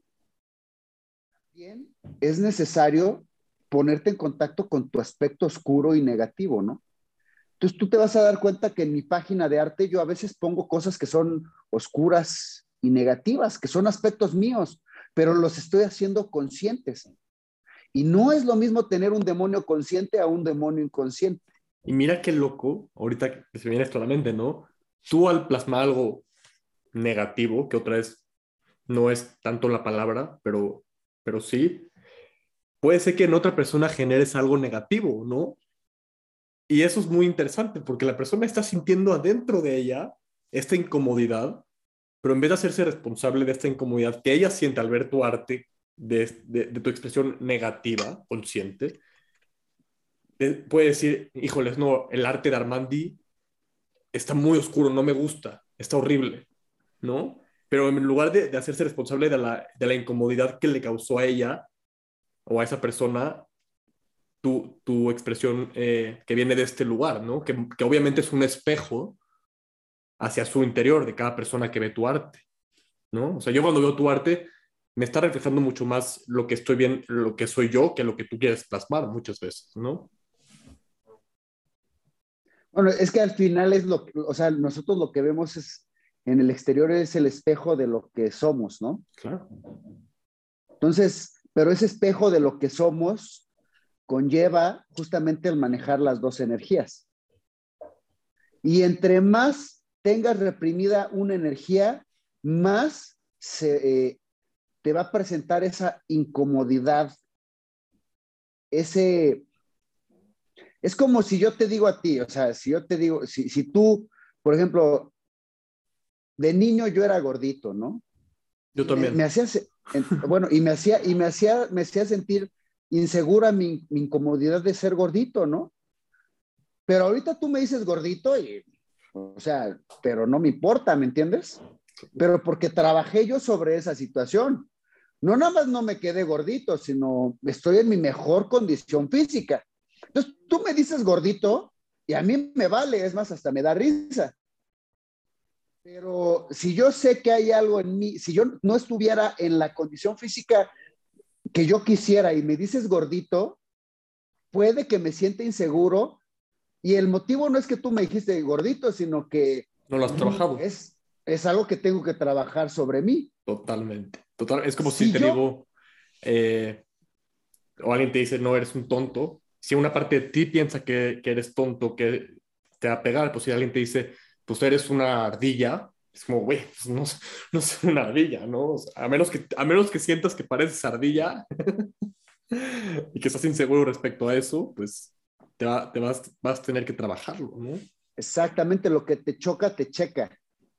Speaker 1: también es necesario ponerte en contacto con tu aspecto oscuro y negativo, ¿no? Entonces tú te vas a dar cuenta que en mi página de arte yo a veces pongo cosas que son oscuras y negativas, que son aspectos míos, pero los estoy haciendo conscientes. Y no es lo mismo tener un demonio consciente a un demonio inconsciente.
Speaker 2: Y mira qué loco, ahorita que se viene esto a la mente, ¿no? Tú al plasmar algo negativo, que otra vez no es tanto la palabra, pero sí, puede ser que en otra persona generes algo negativo, ¿no? Y eso es muy interesante porque la persona está sintiendo adentro de ella esta incomodidad, pero en vez de hacerse responsable de esta incomodidad que ella siente al ver tu arte, de tu expresión negativa, consciente, puede decir, híjoles, no, el arte de Armandi está muy oscuro, no me gusta, está horrible, ¿no? Pero en lugar de hacerse responsable de la incomodidad que le causó a ella o a esa persona, tu expresión que viene de este lugar, ¿no? Que obviamente es un espejo hacia su interior de cada persona que ve tu arte, ¿no? O sea, yo cuando veo tu arte, me está reflejando mucho más lo que estoy bien, lo que soy yo, que lo que tú quieres plasmar muchas veces, ¿no?
Speaker 1: Bueno, es que al final o sea, nosotros lo que vemos en el exterior es el espejo de lo que somos, ¿no?
Speaker 2: Claro.
Speaker 1: Entonces, pero ese espejo de lo que somos conlleva justamente el manejar las dos energías. Y entre más tengas reprimida una energía, más te va a presentar esa incomodidad, ese... Es como si yo te digo a ti, o sea, si yo te digo, si tú, por ejemplo, de niño yo era gordito, ¿no?
Speaker 2: Yo
Speaker 1: Y me
Speaker 2: también.
Speaker 1: hacía, bueno, me hacía sentir insegura mi incomodidad de ser gordito, ¿no? Pero ahorita tú me dices gordito y, o sea, pero no me importa, ¿me entiendes? Pero porque trabajé yo sobre esa situación. No nada más no me quedé gordito, sino estoy en mi mejor condición física. Entonces, tú me dices gordito y a mí me vale, es más, hasta me da risa. Pero si yo sé que hay algo en mí, si yo no estuviera en la condición física que yo quisiera y me dices gordito, puede que me sienta inseguro y el motivo no es que tú me dijiste gordito, sino que
Speaker 2: No lo has trabajado.
Speaker 1: es algo que tengo que trabajar sobre mí.
Speaker 2: Totalmente. Total, es como si
Speaker 1: Si
Speaker 2: te
Speaker 1: yo,
Speaker 2: digo, o alguien te dice, no, eres un tonto. Si una parte de ti piensa que eres tonto, que te va a pegar, pues si alguien te dice, pues eres una ardilla, es como, güey, pues no, no soy una ardilla, ¿no? O sea, a menos que sientas que pareces ardilla y que estás inseguro respecto a eso, pues vas a tener que trabajarlo, ¿no?
Speaker 1: exactamente lo que te choca, te checa.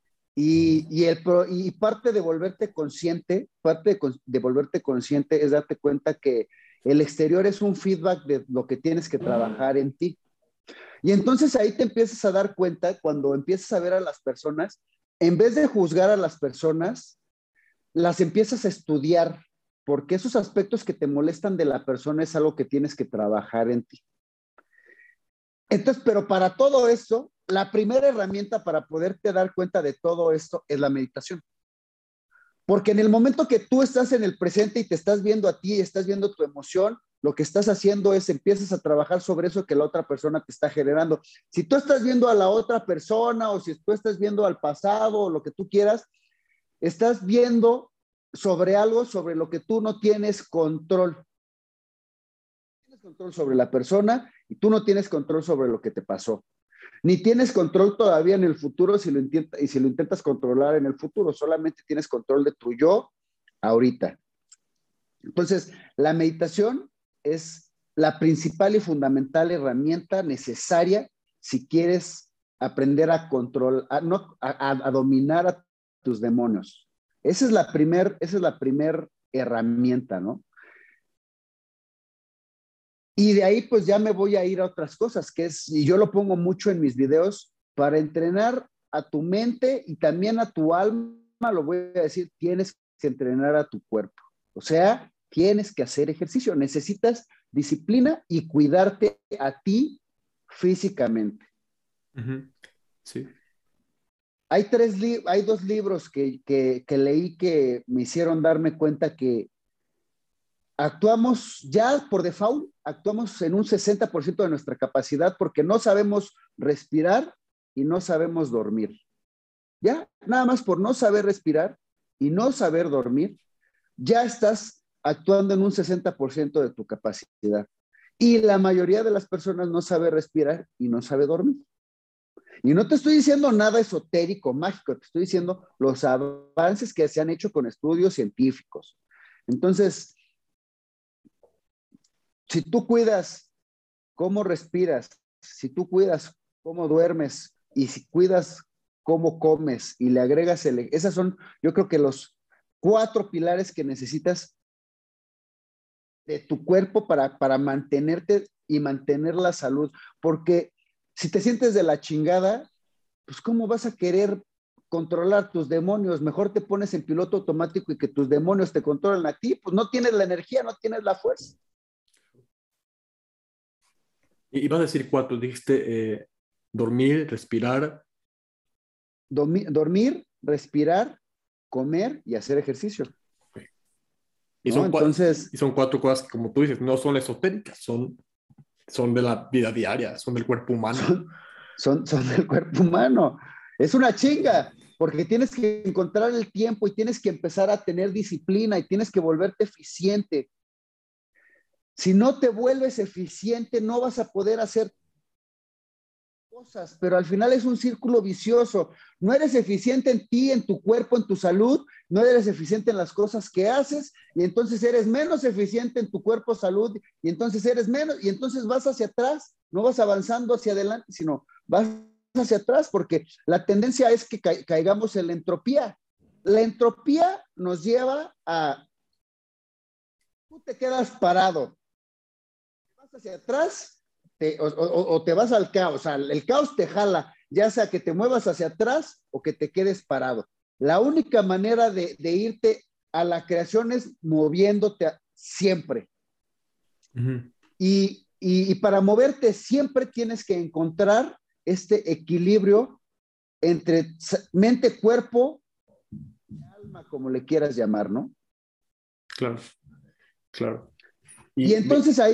Speaker 1: Y parte de volverte consciente, de volverte consciente es darte cuenta que el exterior es un feedback de lo que tienes que trabajar en ti. Y entonces ahí te empiezas a dar cuenta cuando empiezas a ver a las personas, en vez de juzgar a las personas, las empiezas a estudiar, porque esos aspectos que te molestan de la persona es algo que tienes que trabajar en ti. Entonces, pero para todo esto, la primera herramienta para poderte dar cuenta de todo esto es la meditación. Porque en el momento que tú estás en el presente y te estás viendo a ti y estás viendo tu emoción, lo que estás haciendo es empiezas a trabajar sobre eso que la otra persona te está generando. Si tú estás viendo a la otra persona o si tú estás viendo al pasado o lo que tú quieras, estás viendo sobre algo sobre lo que tú no tienes control. Tienes control sobre la persona y tú no tienes control sobre lo que te pasó. Ni tienes control todavía en el futuro si si lo intentas controlar en el futuro, solamente tienes control de tu yo ahorita. Entonces, la meditación es la principal y fundamental herramienta necesaria si quieres aprender a controlar, a dominar a tus demonios. Esa es la primer herramienta, ¿no? Y de ahí pues ya me voy a ir a otras cosas, que es, y yo lo pongo mucho en mis videos, para entrenar a tu mente y también a tu alma, lo voy a decir, tienes que entrenar a tu cuerpo. O sea, tienes que hacer ejercicio, necesitas disciplina y cuidarte a ti físicamente.
Speaker 2: Ujú. Sí.
Speaker 1: Hay dos libros que leí que me hicieron darme cuenta que actuamos ya por default, actuamos en un 60% de nuestra capacidad porque no sabemos respirar y no sabemos dormir. Ya, nada más por no saber respirar y no saber dormir, ya estás actuando en un 60% de tu capacidad. Y la mayoría de las personas no sabe respirar y no sabe dormir. Y no te estoy diciendo nada esotérico, mágico, te estoy diciendo los avances que se han hecho con estudios científicos. Entonces, si tú cuidas cómo respiras, si tú cuidas cómo duermes y si cuidas cómo comes y le agregas esas son, yo creo que los 4 pilares que necesitas de tu cuerpo para mantenerte y mantener la salud. Porque si te sientes de la chingada, pues ¿cómo vas a querer controlar tus demonios? Mejor te pones en piloto automático y que tus demonios te controlen a ti, pues no tienes la energía, no tienes la fuerza.
Speaker 2: Y vas a decir cuatro, dijiste dormir, respirar.
Speaker 1: Dormir, respirar, comer y hacer ejercicio,
Speaker 2: Y
Speaker 1: ¿no?
Speaker 2: son,
Speaker 1: Entonces,
Speaker 2: y son cuatro cosas que, como tú dices, no son esotéricas, son de la vida diaria, son del cuerpo humano.
Speaker 1: son, son del cuerpo humano. Es una chinga, porque tienes que encontrar el tiempo y tienes que empezar a tener disciplina y tienes que volverte eficiente. Si no te vuelves eficiente, no vas a poder hacer cosas, pero al final es un círculo vicioso. No eres eficiente en ti, en tu cuerpo, en tu salud, no eres eficiente en las cosas que haces y entonces eres menos eficiente en tu cuerpo, salud y entonces eres menos y entonces vas hacia atrás, no vas avanzando hacia adelante, sino vas hacia atrás porque la tendencia es que caigamos en la entropía. La entropía nos lleva a, tú te quedas parado, vas hacia atrás o te vas al caos. O sea, el caos te jala, ya sea que te muevas hacia atrás o que te quedes parado. La única manera de irte a la creación es moviéndote siempre.
Speaker 2: Ujú.
Speaker 1: Y para moverte siempre tienes que encontrar este equilibrio entre mente, cuerpo, alma, como le quieras llamar, ¿no?
Speaker 2: Claro, claro.
Speaker 1: Y
Speaker 2: Y
Speaker 1: entonces ahí,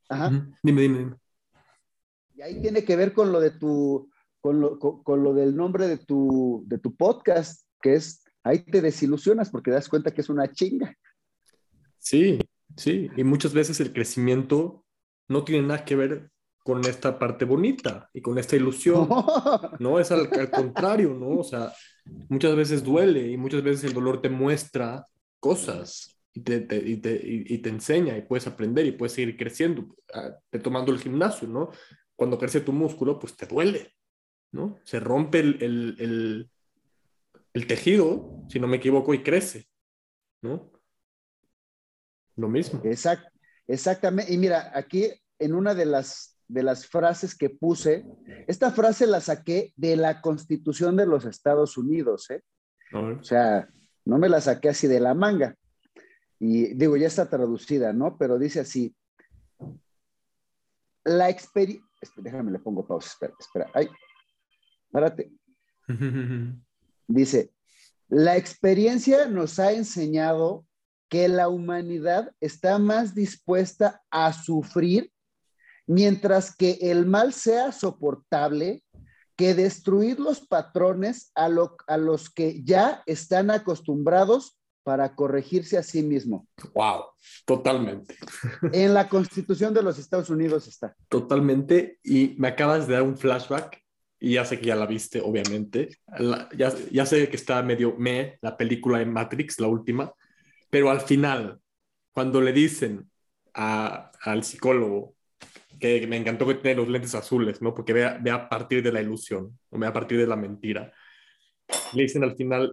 Speaker 1: Ajá.
Speaker 2: Dime.
Speaker 1: Y ahí tiene que ver con lo de con lo del nombre de de tu podcast, que es, ahí te desilusionas porque te das cuenta que es una chinga.
Speaker 2: Sí, sí. Y muchas veces el crecimiento no tiene nada que ver con esta parte bonita y con esta ilusión, ¿no? Es al contrario, ¿no? O sea, muchas veces duele y muchas veces el dolor te muestra cosas y te enseña y puedes aprender y puedes seguir creciendo, tomando el gimnasio, ¿no? Cuando crece tu músculo, pues te duele, ¿no? Se rompe el tejido, si no me equivoco, y crece, ¿no? Lo mismo.
Speaker 1: Exact, exactamente. Y mira, aquí en una de las frases que puse, esta frase la saqué de la Constitución de los Estados Unidos, ¿eh?
Speaker 2: A ver.
Speaker 1: O sea, no me la saqué así de la manga. Y digo, ya está traducida, ¿no? Pero dice así, la experiencia, déjame le pongo pausa, espera, ay, párate. Dice, la experiencia nos ha enseñado que la humanidad está más dispuesta a sufrir mientras que el mal sea soportable que destruir los patrones a los que ya están acostumbrados para corregirse a sí mismo.
Speaker 2: Wow, totalmente.
Speaker 1: En la Constitución de los Estados Unidos está.
Speaker 2: Totalmente. Y me acabas de dar un flashback y ya sé que ya la viste, obviamente. Ya sé que está medio la película de Matrix, la última, pero al final, cuando le dicen al psicólogo que me encantó que tiene los lentes azules, ¿no? Porque ve a partir de la ilusión, o ve a partir de la mentira. Le dicen al final,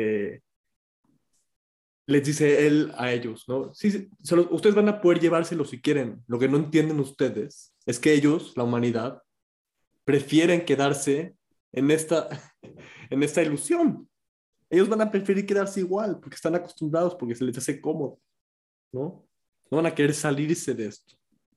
Speaker 2: les dice él a ellos, ¿no? Sí, sí, ustedes van a poder llevárselo si quieren. Lo que no entienden ustedes es que ellos, la humanidad, prefieren quedarse en esta, en esta ilusión. Ellos van a preferir quedarse igual porque están acostumbrados, porque se les hace cómodo, ¿no? No van a querer salirse de esto.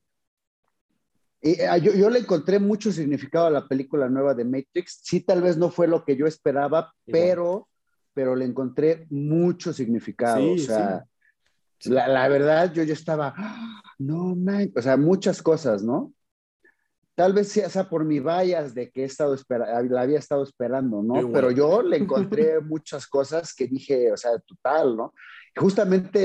Speaker 1: Y, yo le encontré mucho significado a la película nueva de Matrix. Sí, tal vez no fue lo que yo esperaba,
Speaker 2: Igual.
Speaker 1: pero le encontré mucho significado. O
Speaker 2: Sí,
Speaker 1: sea,
Speaker 2: sí, sí.
Speaker 1: la verdad, yo estaba, "Ah, no, man", o sea, muchas cosas, ¿no? Tal vez sea, o sea por mi bias de que la había estado esperando,
Speaker 2: Yo
Speaker 1: ¿no? Pero
Speaker 2: igual.
Speaker 1: yo le encontré muchas cosas que dije, o sea, total, ¿no? Justamente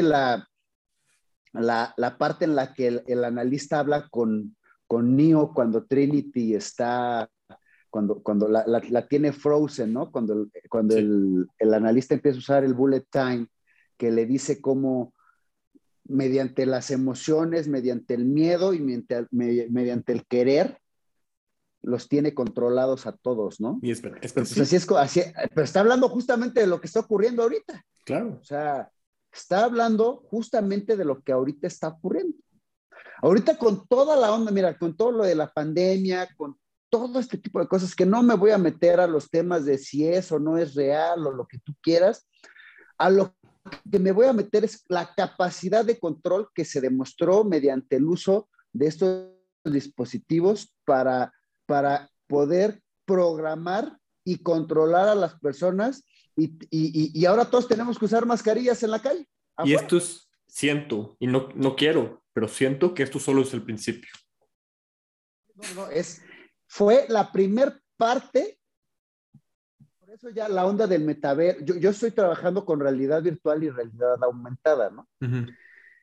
Speaker 1: la parte en la que el analista habla con Neo cuando Trinity está, cuando la tiene frozen, ¿no? Cuando
Speaker 2: Sí.
Speaker 1: el analista empieza a usar el bullet time, que le dice cómo mediante las emociones, mediante el miedo y mediante el querer, los tiene controlados a todos, ¿no?
Speaker 2: Y es que
Speaker 1: Pero pues así
Speaker 2: sí,
Speaker 1: es, así, pero está hablando justamente de lo que está ocurriendo ahorita.
Speaker 2: claro.
Speaker 1: O sea, está hablando justamente de lo que ahorita está ocurriendo. Ahorita con toda la onda, mira, con todo lo de la pandemia, con todo este tipo de cosas, que no me voy a meter a los temas de si es o no es real o lo que tú quieras, a lo que me voy a meter es la capacidad de control que se demostró mediante el uso de estos dispositivos para poder programar y controlar a las personas y ahora todos tenemos que usar mascarillas en la calle,
Speaker 2: Y
Speaker 1: afuera.
Speaker 2: esto es, siento, y no quiero, pero siento que esto solo es el principio.
Speaker 1: No, fue la primer parte. Por eso ya la onda del metaverso, yo estoy trabajando con realidad virtual y realidad aumentada, ¿no?
Speaker 2: Ujú.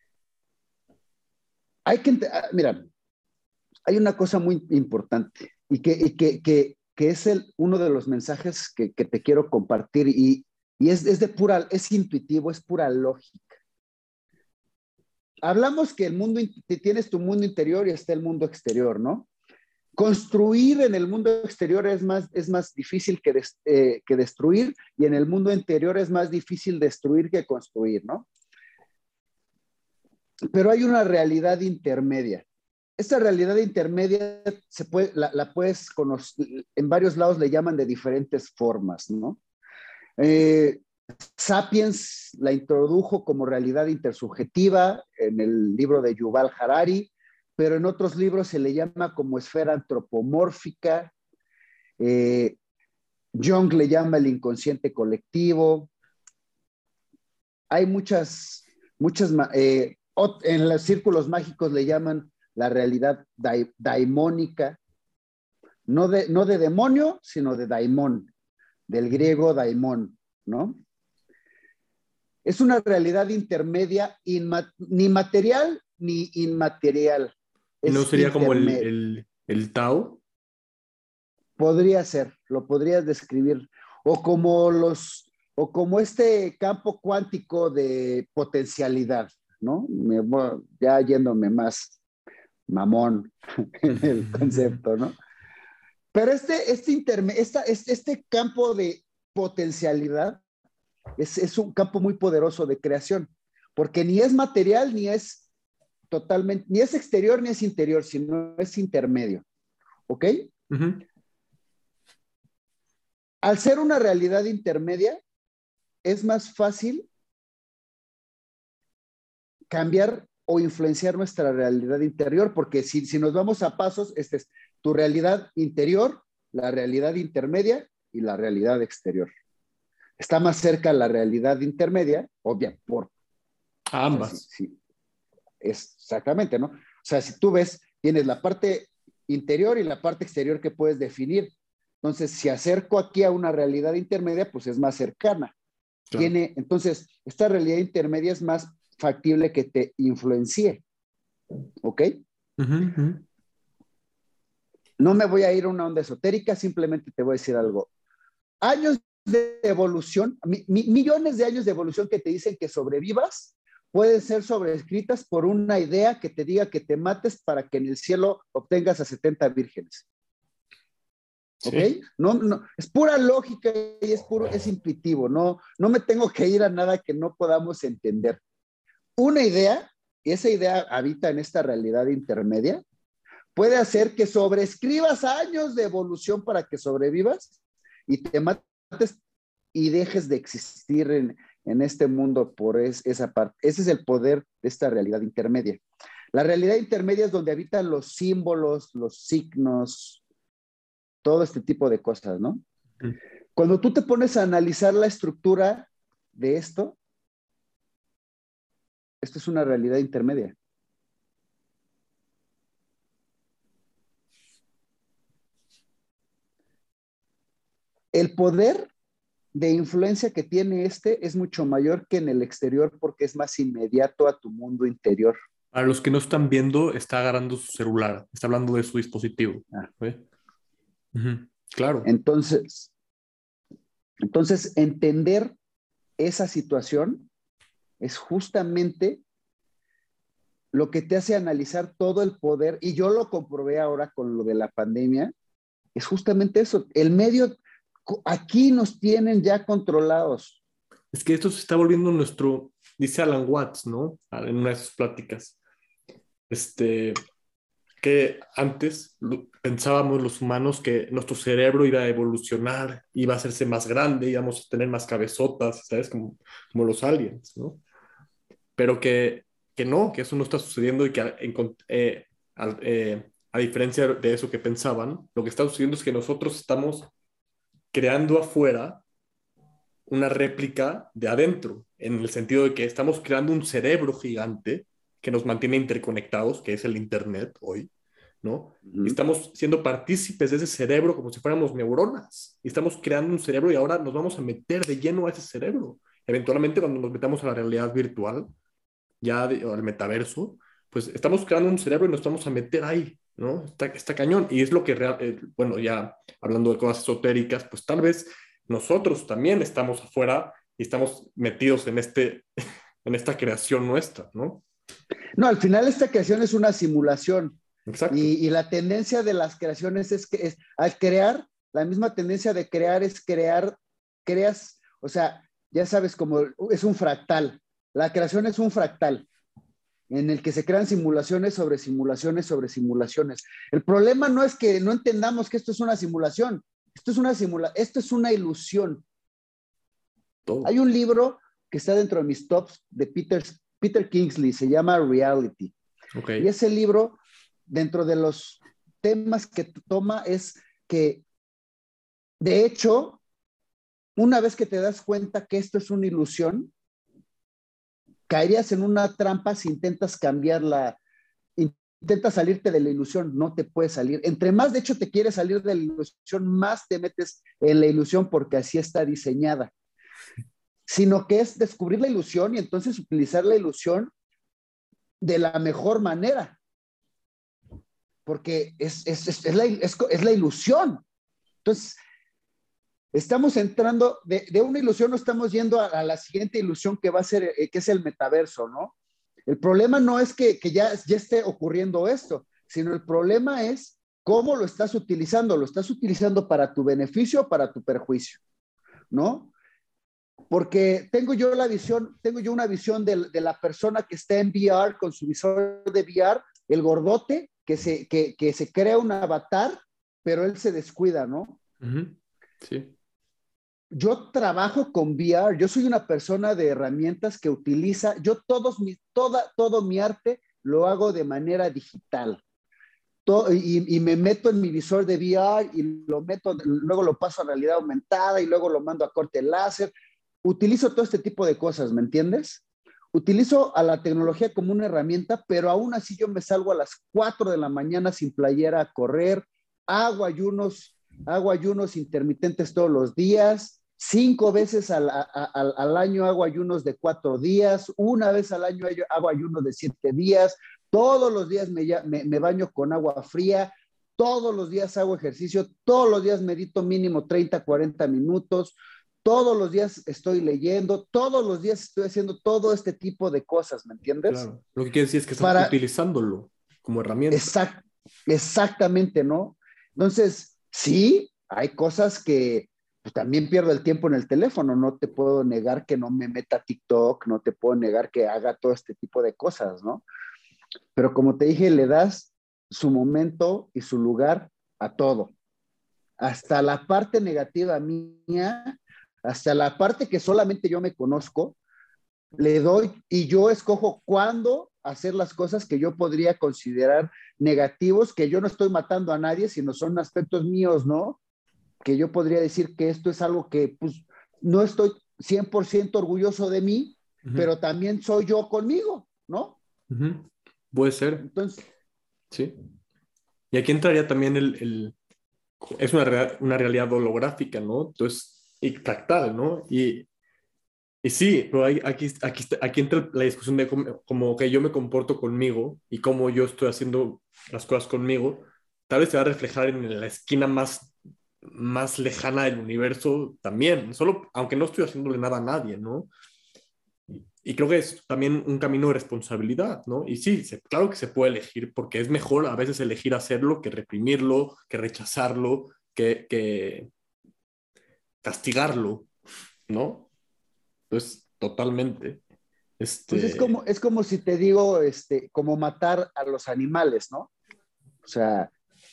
Speaker 1: Mira, hay una cosa muy importante que es uno de los mensajes que te quiero compartir y es de pura, es intuitivo, es pura lógica. Hablamos que tienes tu mundo interior y está el mundo exterior, ¿no? Construir en el mundo exterior es más difícil que destruir y en el mundo interior es más difícil destruir que construir, ¿no? Pero hay una realidad intermedia. Esta realidad intermedia la puedes conocer, en varios lados le llaman de diferentes formas, ¿no? Eh, Sapiens la introdujo como realidad intersubjetiva en el libro de Yuval Harari, pero en otros libros se le llama como esfera antropomórfica. Eh, Jung le llama el inconsciente colectivo. Hay muchas, en los círculos mágicos le llaman la realidad daimónica, no de demonio, sino de daimón, del griego daimón, ¿no? Es una realidad intermedia, ni material ni inmaterial.
Speaker 2: ¿Y no
Speaker 1: Es
Speaker 2: sería como
Speaker 1: intermedio.
Speaker 2: el Tao?
Speaker 1: Podría ser, lo podrías describir. O como este campo cuántico de potencialidad, ¿no? Ya yéndome más mamón en el concepto, ¿no? Pero este campo de potencialidad es un campo muy poderoso de creación, porque ni es material, ni es totalmente, ni es exterior, ni es interior, sino es intermedio, ¿ok?
Speaker 2: Ujú.
Speaker 1: Al ser una realidad intermedia, es más fácil cambiar o influenciar nuestra realidad interior, porque si nos vamos a pasos, esta es tu realidad interior, la realidad intermedia y la realidad exterior. Está más cerca la realidad intermedia, obvia,
Speaker 2: A
Speaker 1: o sea,
Speaker 2: ambas.
Speaker 1: exactamente, ¿no? O sea, si tú ves, tienes la parte interior y la parte exterior que puedes definir. Entonces, si acerco aquí a una realidad intermedia, pues es más cercana.
Speaker 2: Claro.
Speaker 1: Entonces, esta realidad intermedia es más factible que te influencie, ¿ok?
Speaker 2: Ujú, ujú.
Speaker 1: No me voy a ir a una onda esotérica, simplemente te voy a decir algo. Años de evolución, millones de años de evolución que te dicen que sobrevivas, pueden ser sobrescritas por una idea que te diga que te mates para que en el cielo obtengas a 70 vírgenes. ¿Ok?
Speaker 2: Sí.
Speaker 1: No, es pura lógica y es intuitivo. No me tengo que ir a nada que no podamos entender. Una idea, y esa idea habita en esta realidad intermedia, puede hacer que sobrescribas años de evolución para que sobrevivas y te mates y dejes de existir en este mundo por esa parte. Ese es el poder de esta realidad intermedia. La realidad intermedia es donde habitan los símbolos, los signos, todo este tipo de cosas, ¿no?
Speaker 2: Ujú.
Speaker 1: Cuando tú te pones a analizar la estructura de esto es una realidad intermedia. El poder de influencia que tiene es mucho mayor que en el exterior porque es más inmediato a tu mundo interior.
Speaker 2: Para los que no están viendo, está agarrando su celular, está hablando de su dispositivo.
Speaker 1: Ah,
Speaker 2: ¿Ve? Ujú. Claro.
Speaker 1: entonces, entender esa situación es justamente lo que te hace analizar todo el poder, y yo lo comprobé ahora con lo de la pandemia, es justamente eso. El medio, aquí nos tienen ya controlados.
Speaker 2: Es que esto se está volviendo nuestro, dice Alan Watts, ¿no? En una de sus pláticas, este, que antes pensábamos los humanos que nuestro cerebro iba a evolucionar, iba a hacerse más grande, íbamos a tener más cabezotas, ¿sabes? Como los aliens, ¿no? Pero que no, que eso no está sucediendo y que a diferencia de eso que pensaban, lo que está sucediendo es que nosotros estamos creando afuera una réplica de adentro, en el sentido de que estamos creando un cerebro gigante que nos mantiene interconectados, que es el Internet hoy, ¿no? Y
Speaker 1: Uh-huh.
Speaker 2: estamos siendo partícipes de ese cerebro como si fuéramos neuronas. Y estamos creando un cerebro y ahora nos vamos a meter de lleno a ese cerebro. Eventualmente, cuando nos metamos a la realidad virtual, o al metaverso, pues estamos creando un cerebro y nos vamos a meter ahí, ¿no? Está cañón. Y es lo que, bueno, ya hablando de cosas esotéricas, pues tal vez nosotros también estamos afuera y estamos metidos en en esta creación nuestra, ¿no?
Speaker 1: No, al final esta creación es una simulación
Speaker 2: Exacto.
Speaker 1: y la tendencia de las creaciones al crear, la misma tendencia de crear es creas, o sea, ya sabes, como es un fractal. La creación es un fractal en el que se crean simulaciones sobre simulaciones sobre simulaciones. El problema no es que no entendamos que esto es una simulación, esto es una ilusión.
Speaker 2: Todo.
Speaker 1: Hay un libro que está dentro de mis tops de Peter Kingsley, se llama Reality.
Speaker 2: Ok.
Speaker 1: Y ese libro, dentro de los temas que toma, es que, de hecho, una vez que te das cuenta que esto es una ilusión, caerías en una trampa si intentas cambiar intenta salirte de la ilusión, no te puedes salir. Entre más, de hecho, te quieres salir de la ilusión, más te metes en la ilusión porque así está diseñada. Sino que es descubrir la ilusión y entonces utilizar la ilusión de la mejor manera. Porque es la ilusión. Entonces, estamos entrando de una ilusión, no estamos yendo a la siguiente ilusión que va a ser, que es el metaverso, ¿no? El problema no es que ya esté ocurriendo esto, sino el problema es cómo lo estás utilizando. ¿Lo estás utilizando para tu beneficio o para tu perjuicio? ¿No? Porque tengo yo una visión de la persona que está en VR con su visor de VR, el gordote que se crea un avatar, pero él se descuida, ¿no?
Speaker 2: Sí.
Speaker 1: Yo trabajo con VR, yo soy una persona de herramientas que utiliza, todo mi arte lo hago de manera digital. Y me meto en mi visor de VR y luego lo paso a realidad aumentada y luego lo mando a corte láser. Utilizo todo este tipo de cosas, ¿me entiendes? Utilizo a la tecnología como una herramienta, pero aún así yo me salgo a las 4 de la mañana sin playera a correr, hago ayunos intermitentes todos los días, 5 veces al año hago ayunos de 4 días, una vez al año hago ayunos de 7 días, todos los días me baño con agua fría, todos los días hago ejercicio, todos los días medito mínimo 30, 40 minutos, todos los días estoy leyendo, todos los días estoy haciendo todo este tipo de cosas, ¿me entiendes?
Speaker 2: Claro. Lo que quiere decir es que estás
Speaker 1: Para,
Speaker 2: utilizándolo como herramienta.
Speaker 1: exactamente, ¿no? Entonces, sí, hay cosas que pues, también pierdo el tiempo en el teléfono, no te puedo negar que no me meta a TikTok, no te puedo negar que haga todo este tipo de cosas, ¿no? Pero como te dije, le das su momento y su lugar a todo, hasta la parte negativa mía, hasta la parte que solamente yo me conozco, le doy y yo escojo cuándo hacer las cosas que yo podría considerar negativos, que yo no estoy matando a nadie, sino son aspectos míos, ¿no? Que yo podría decir que esto es algo que pues no estoy 100% orgulloso de mí, pero también soy yo conmigo, ¿no?
Speaker 2: Puede ser,
Speaker 1: Entonces,
Speaker 2: sí. Y aquí entraría también es una realidad holográfica, ¿no? Entonces, y fractal, ¿no? Y sí, pero aquí entra la discusión de cómo que yo me comporto conmigo y cómo yo estoy haciendo las cosas conmigo. Tal vez se va a reflejar en la esquina más lejana del universo también, solo, aunque no estoy haciéndole nada a nadie, ¿no? Y creo que es también un camino de responsabilidad, ¿no? Y sí, claro que se puede elegir, porque es mejor a veces elegir hacerlo que reprimirlo, que rechazarlo, que castigarlo, ¿no? Entonces, totalmente.
Speaker 1: pues
Speaker 2: Este,
Speaker 1: es como si te digo, como matar a los animales, ¿no? O sea,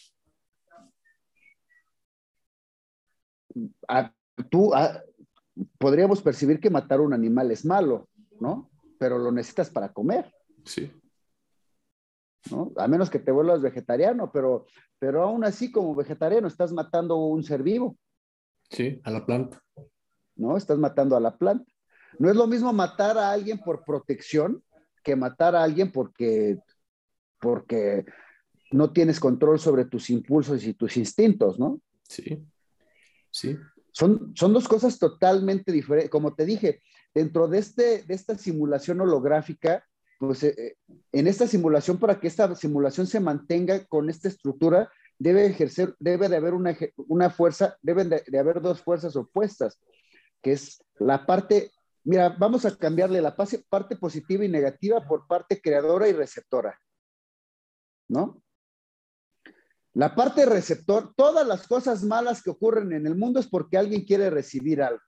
Speaker 1: a, tú, podríamos percibir que matar a un animal es malo, ¿no? Pero lo necesitas para comer,
Speaker 2: sí,
Speaker 1: ¿no? A menos que te vuelvas vegetariano, pero aún así como vegetariano estás matando un ser vivo,
Speaker 2: sí, a la planta.
Speaker 1: ¿no? Estás matando a la planta. No es lo mismo matar a alguien por protección que matar a alguien porque no tienes control sobre tus impulsos y tus instintos, ¿no?
Speaker 2: Sí, sí,
Speaker 1: Son dos cosas totalmente diferentes. Como te dije, dentro de esta simulación holográfica, pues en esta simulación, para que esta simulación se mantenga con esta estructura, debe de haber una fuerza, deben de haber dos fuerzas opuestas, que es la parte, mira, vamos a cambiarle la parte positiva y negativa por parte creadora y receptora, ¿no? La parte receptor, todas las cosas malas que ocurren en el mundo es porque alguien quiere recibir algo.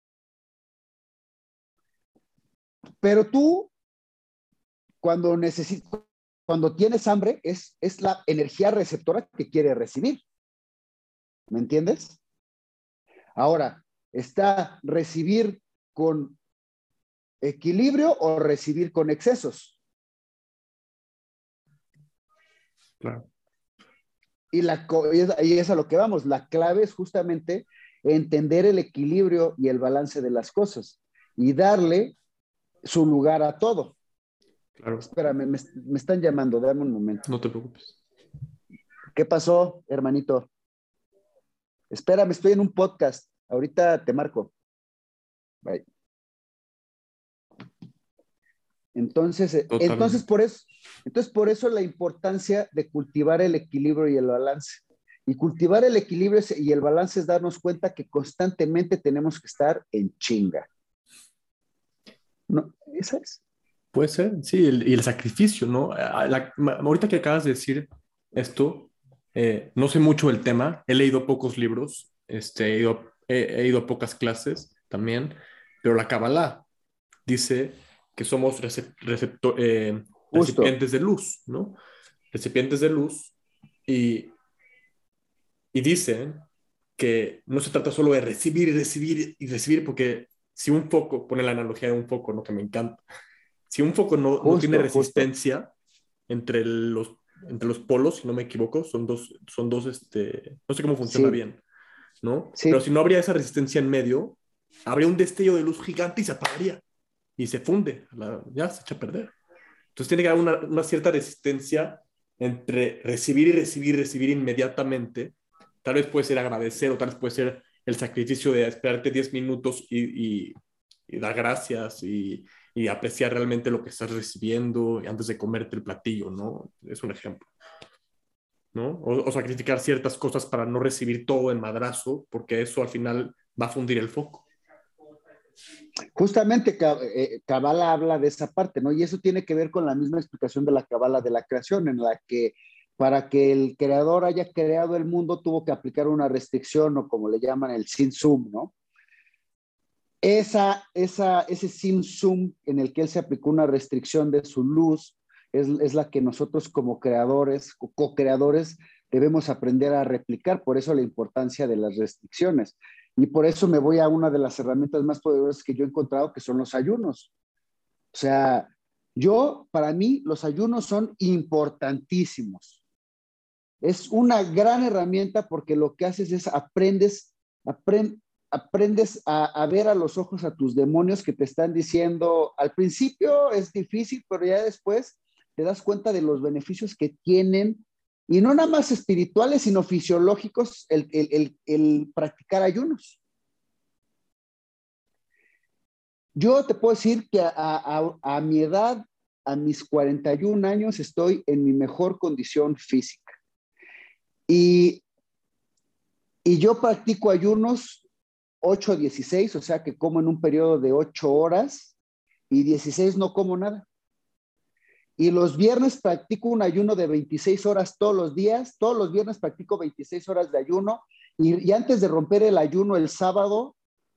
Speaker 1: Pero tú, cuando cuando tienes hambre, es la energía receptora que quiere recibir. ¿Me entiendes? Ahora, ¿está recibir con equilibrio o recibir con excesos?
Speaker 2: claro.
Speaker 1: Y es a lo que vamos. La clave es justamente entender el equilibrio y el balance de las cosas y darle su lugar a todo.
Speaker 2: Claro,
Speaker 1: Espérame, me están llamando, dame un momento.
Speaker 2: no te preocupes.
Speaker 1: ¿Qué pasó, hermanito? Espérame, estoy en un podcast. Ahorita te marco. Bye. Entonces,
Speaker 2: Totalmente.
Speaker 1: entonces, por eso la importancia de cultivar el equilibrio y el balance. Y cultivar el equilibrio y el balance es darnos cuenta que constantemente tenemos que estar en chinga. ¿No? ¿Esa es?
Speaker 2: Puede ser, sí, y el sacrificio, ¿no? Ahorita que acabas de decir esto, no sé mucho del tema, he leído pocos libros, he ido a pocas clases también, pero la Kabbalah dice que somos
Speaker 1: Justo.
Speaker 2: recipientes de luz, ¿no? Recipientes de luz, y, y dicen que no se trata solo de recibir y recibir y recibir, porque si un foco, pone la analogía de un foco, ¿no? Que me encanta, si un foco no tiene
Speaker 1: Justo, justo.
Speaker 2: resistencia entre entre los polos, si no me equivoco, son dos, no sé cómo funciona
Speaker 1: Sí,
Speaker 2: bien, ¿no? Pero
Speaker 1: sí.
Speaker 2: si no habría esa resistencia en medio, habría un destello de luz gigante y se apagaría y se funde, ya se echa a perder. Entonces tiene que haber una cierta resistencia entre recibir y recibir y recibir inmediatamente. Tal vez puede ser agradecer o tal vez puede ser el sacrificio de esperarte 10 minutos y dar gracias y apreciar realmente lo que estás recibiendo antes de comerte el platillo, ¿no? Es un ejemplo, ¿no? O sacrificar ciertas cosas para no recibir todo en madrazo, porque eso al final va a fundir el foco.
Speaker 1: Justamente Kabbalah habla de esa parte, ¿no? Y eso tiene que ver con la misma explicación de la Kabbalah de la creación, en la que para que el creador haya creado el mundo tuvo que aplicar una restricción o como le llaman el sin sum, ¿no? Ese sin sum en el que él se aplicó una restricción de su luz es la que nosotros como creadores, co-creadores, debemos aprender a replicar. Por eso la importancia de las restricciones. Y por eso me voy a una de las herramientas más poderosas que yo he encontrado, que son los ayunos. O sea, para mí, los ayunos son importantísimos. Es una gran herramienta porque lo que haces es aprendes a ver a los ojos a tus demonios que te están diciendo, al principio es difícil, pero ya después te das cuenta de los beneficios que tienen, y no nada más espirituales, sino fisiológicos, el practicar ayunos. Yo te puedo decir que a mi edad, a mis 41 años, estoy en mi mejor condición física. Y, y yo practico ayunos 8-16, o sea que como en un periodo de 8 horas y 16 no como nada. Y los viernes practico un ayuno de 26 horas todos los días. Todos los viernes practico 26 horas de ayuno. Y antes de romper el ayuno el sábado,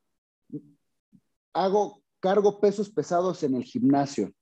Speaker 1: cargo pesos pesados en el gimnasio.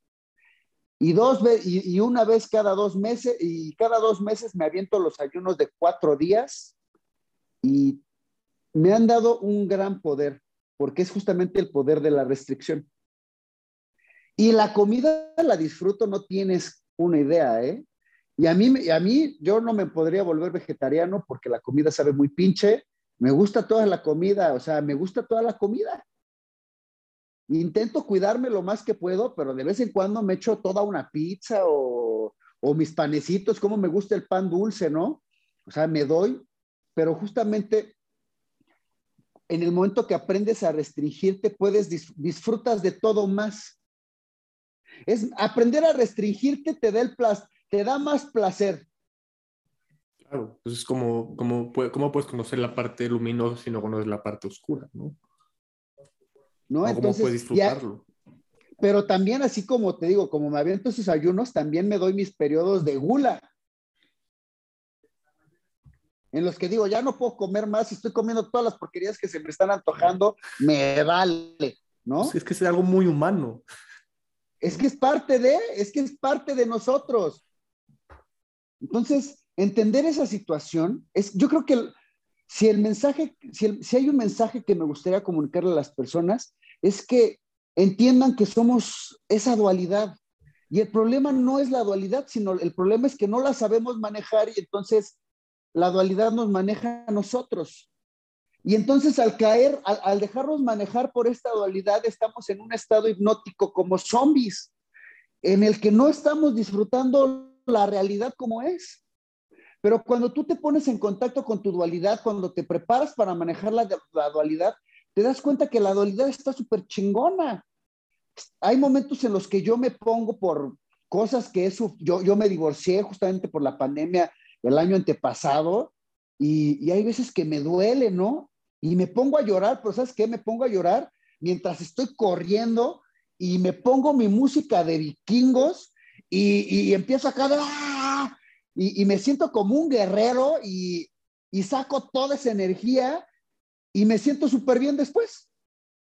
Speaker 1: Y una vez cada 2 meses, y cada 2 meses me aviento los ayunos de 4 días y me han dado un gran poder, porque es justamente el poder de la restricción. Y la comida la disfruto, no tienes una idea, ¿eh? Y yo no me podría volver vegetariano porque la comida sabe muy pinche. Me gusta toda la comida, o sea, me gusta toda la comida. Intento cuidarme lo más que puedo, pero de vez en cuando me echo toda una pizza o mis panecitos, como me gusta el pan dulce, ¿no? O sea, me doy, pero justamente en el momento que aprendes a restringirte, disfrutas de todo más. Aprender a restringirte te da más placer.
Speaker 2: Claro, entonces ¿cómo puedes conocer la parte luminosa si no conoces la parte oscura, ¿no?
Speaker 1: ¿No?
Speaker 2: O cómo puedes
Speaker 1: Entonces,
Speaker 2: disfrutarlo.
Speaker 1: pero también así como te digo, como me aviento esos ayunos, también me doy mis periodos de gula, en los que digo, ya no puedo comer más, estoy comiendo todas las porquerías que se me están antojando, me vale,
Speaker 2: Pues
Speaker 1: ¿no?
Speaker 2: es que es algo muy humano,
Speaker 1: Es que
Speaker 2: ¿no?
Speaker 1: es parte de nosotros. Entonces, entender esa situación yo creo que si hay un mensaje que me gustaría comunicarle a las personas, es que entiendan que somos esa dualidad. Y el problema no es la dualidad, sino el problema es que no la sabemos manejar y entonces la dualidad nos maneja a nosotros. Y entonces al dejarnos manejar por esta dualidad, estamos en un estado hipnótico como zombies. en el que no estamos disfrutando la realidad como es. Pero cuando tú te pones en contacto con tu dualidad, cuando te preparas para manejar la dualidad, te das cuenta que la dualidad está súper chingona. Hay momentos en los que yo me pongo por cosas que yo me divorcié justamente por la pandemia el año antepasado y hay veces que me duele, ¿no? Y me pongo a llorar, pero ¿sabes qué? Me pongo a llorar mientras estoy corriendo y me pongo mi música de vikingos y empiezo acá de, ¡ah! Y me siento como un guerrero y saco toda esa energía y me siento súper bien después.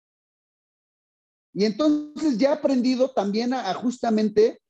Speaker 1: Y entonces ya he aprendido también a justamente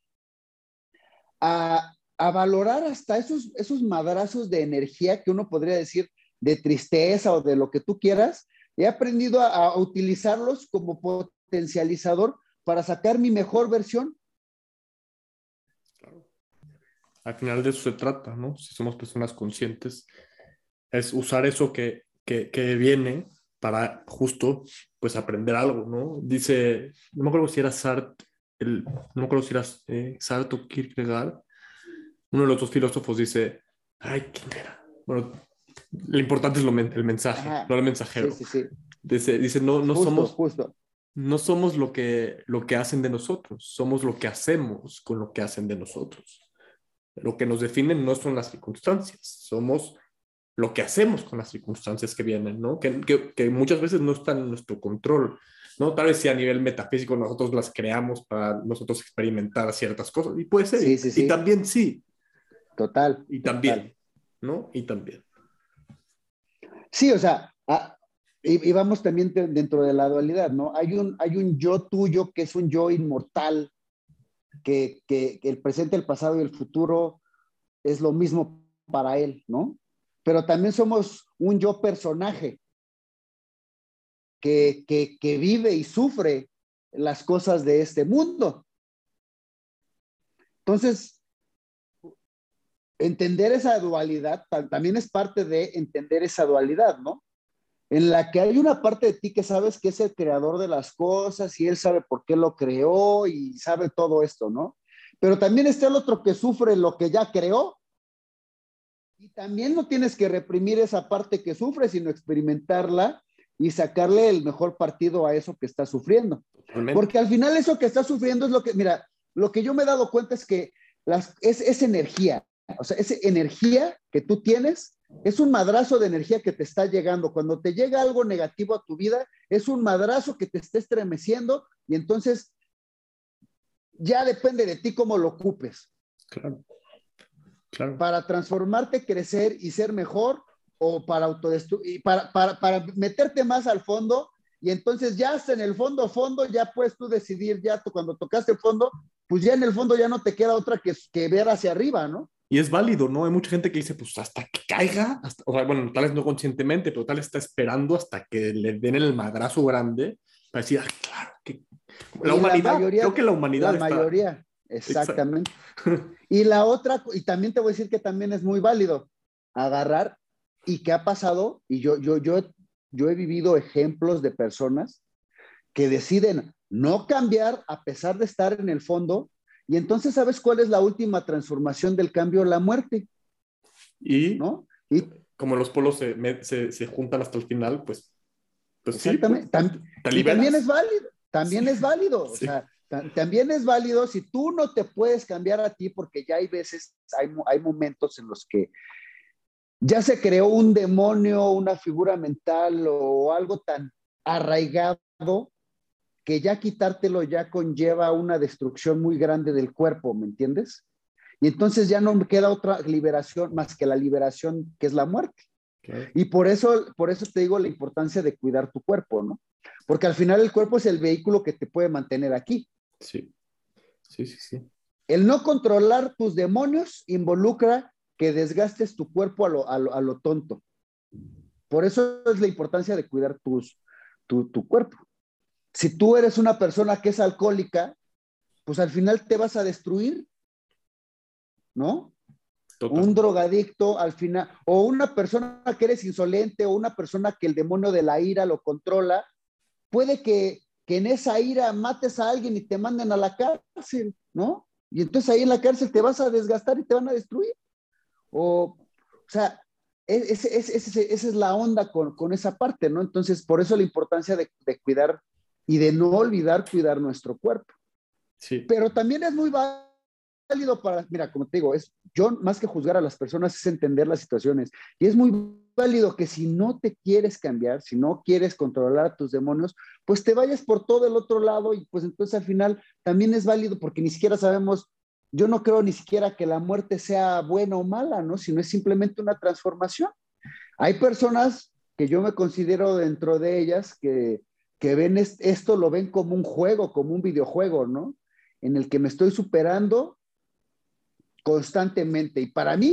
Speaker 1: a valorar hasta esos madrazos de energía que uno podría decir de tristeza o de lo que tú quieras. He aprendido a utilizarlos como potencializador para sacar mi mejor versión.
Speaker 2: Claro. Al final de eso se trata, ¿no? Si somos personas conscientes, es usar eso que viene para justo, pues, aprender algo, ¿no? Dice, no me acuerdo si era Sartre, no me acuerdo si era Sartre o Kierkegaard, uno de los dos filósofos dice, ay, ¿quién era? Bueno, lo importante es el mensaje,
Speaker 1: Ajá.
Speaker 2: no el
Speaker 1: Sí,
Speaker 2: mensajero.
Speaker 1: sí, sí.
Speaker 2: Dice no,
Speaker 1: Justo, justo.
Speaker 2: no somos lo que hacen de nosotros, somos lo que hacemos con lo que hacen de nosotros. Lo que nos definen no son las circunstancias, somos lo que hacemos con las circunstancias que vienen, ¿no? Que muchas veces no están en nuestro control, ¿no? Tal vez si a nivel metafísico nosotros las creamos para nosotros experimentar ciertas cosas, y puede ser,
Speaker 1: Sí, sí,
Speaker 2: y
Speaker 1: sí.
Speaker 2: también sí,
Speaker 1: Total,
Speaker 2: y
Speaker 1: total.
Speaker 2: también, ¿no? Y también.
Speaker 1: Sí, o sea, y vamos también dentro de la dualidad, ¿no? Hay un yo tuyo que es un yo inmortal, que el presente, el pasado y el futuro es lo mismo para él, ¿no? Pero también somos un yo personaje que vive y sufre las cosas de este mundo. Entonces, entender esa dualidad también es parte de entender esa dualidad, ¿no? En la que hay una parte de ti que sabes que es el creador de las cosas y él sabe por qué lo creó y sabe todo esto, ¿no? Pero también está el otro que sufre lo que ya creó y también no tienes que reprimir esa parte que sufre, sino experimentarla y sacarle el mejor partido a eso que está sufriendo.
Speaker 2: Totalmente.
Speaker 1: Porque al final eso que está sufriendo es lo que, mira, lo que yo me he dado cuenta es que es energía, o sea, esa energía que tú tienes es un madrazo de energía que te está llegando. Cuando te llega algo negativo a tu vida, es un madrazo que te está estremeciendo y entonces ya depende de ti cómo lo ocupes.
Speaker 2: Claro, claro.
Speaker 1: Para transformarte, crecer y ser mejor o para autodestruir, para meterte más al fondo y entonces ya hasta en el fondo, ya puedes tú decidir, ya tú, cuando tocaste el fondo, pues ya en el fondo ya no te queda otra que ver hacia arriba, ¿no?
Speaker 2: Y es válido, ¿no? Hay mucha gente que dice, pues hasta que caiga, o sea, bueno, tal vez no conscientemente, pero tal vez está esperando hasta que le den el madrazo grande para decir, ah, claro, que la
Speaker 1: Y
Speaker 2: humanidad, creo que la
Speaker 1: la
Speaker 2: está,
Speaker 1: mayoría,
Speaker 2: exacto.
Speaker 1: exactamente. Y la otra, y también te voy a decir que también es muy válido, agarrar, y qué ha pasado, y yo he vivido ejemplos de personas que deciden no cambiar a pesar de estar en el fondo, y entonces ¿sabes cuál es la última transformación del cambio? La muerte,
Speaker 2: Y
Speaker 1: ¿no? Y
Speaker 2: como los polos se juntan hasta el final, pues sí, pues
Speaker 1: exactamente,
Speaker 2: te
Speaker 1: y
Speaker 2: liberas. Sí,
Speaker 1: también es válido, o
Speaker 2: sí.
Speaker 1: sea, también es válido si tú no te puedes cambiar a ti, porque ya hay veces, hay momentos en los que ya se creó un demonio, una figura mental o algo tan arraigado que ya quitártelo ya conlleva una destrucción muy grande del cuerpo, ¿me entiendes? Y entonces ya no me queda otra liberación más que la liberación que es la muerte.
Speaker 2: Claro.
Speaker 1: Y por eso te digo la importancia de cuidar tu cuerpo, ¿no? Porque al final el cuerpo es el vehículo que te puede mantener aquí.
Speaker 2: Sí, sí, sí, sí.
Speaker 1: El no controlar tus demonios involucra que desgastes tu cuerpo a lo tonto. Por eso es la importancia de cuidar tu cuerpo. Si tú eres una persona que es alcohólica, pues al final te vas a destruir, ¿no? Un
Speaker 2: Totalmente.
Speaker 1: drogadicto al final, o una persona que eres insolente, o una persona que el demonio de la ira lo controla, puede que en esa ira mates a alguien y te manden a la cárcel, ¿no? Y entonces ahí en la cárcel te vas a desgastar y te van a destruir. O sea, esa es la onda con esa parte, ¿no? Entonces, por eso la importancia de cuidar y de no olvidar cuidar nuestro cuerpo.
Speaker 2: Sí,
Speaker 1: Pero también es muy válido para, mira, como te digo, yo más que juzgar a las personas es entender las situaciones. Y es muy válido que si no te quieres cambiar, si no quieres controlar a tus demonios, pues te vayas por todo el otro lado y pues entonces al final también es válido porque ni siquiera sabemos, yo no creo ni siquiera que la muerte sea buena o mala, ¿no? Sino es simplemente una transformación. Hay personas que yo me considero dentro de ellas que ven esto, lo ven como un juego, como un videojuego, ¿no? En el que me estoy superando constantemente. Y para mí,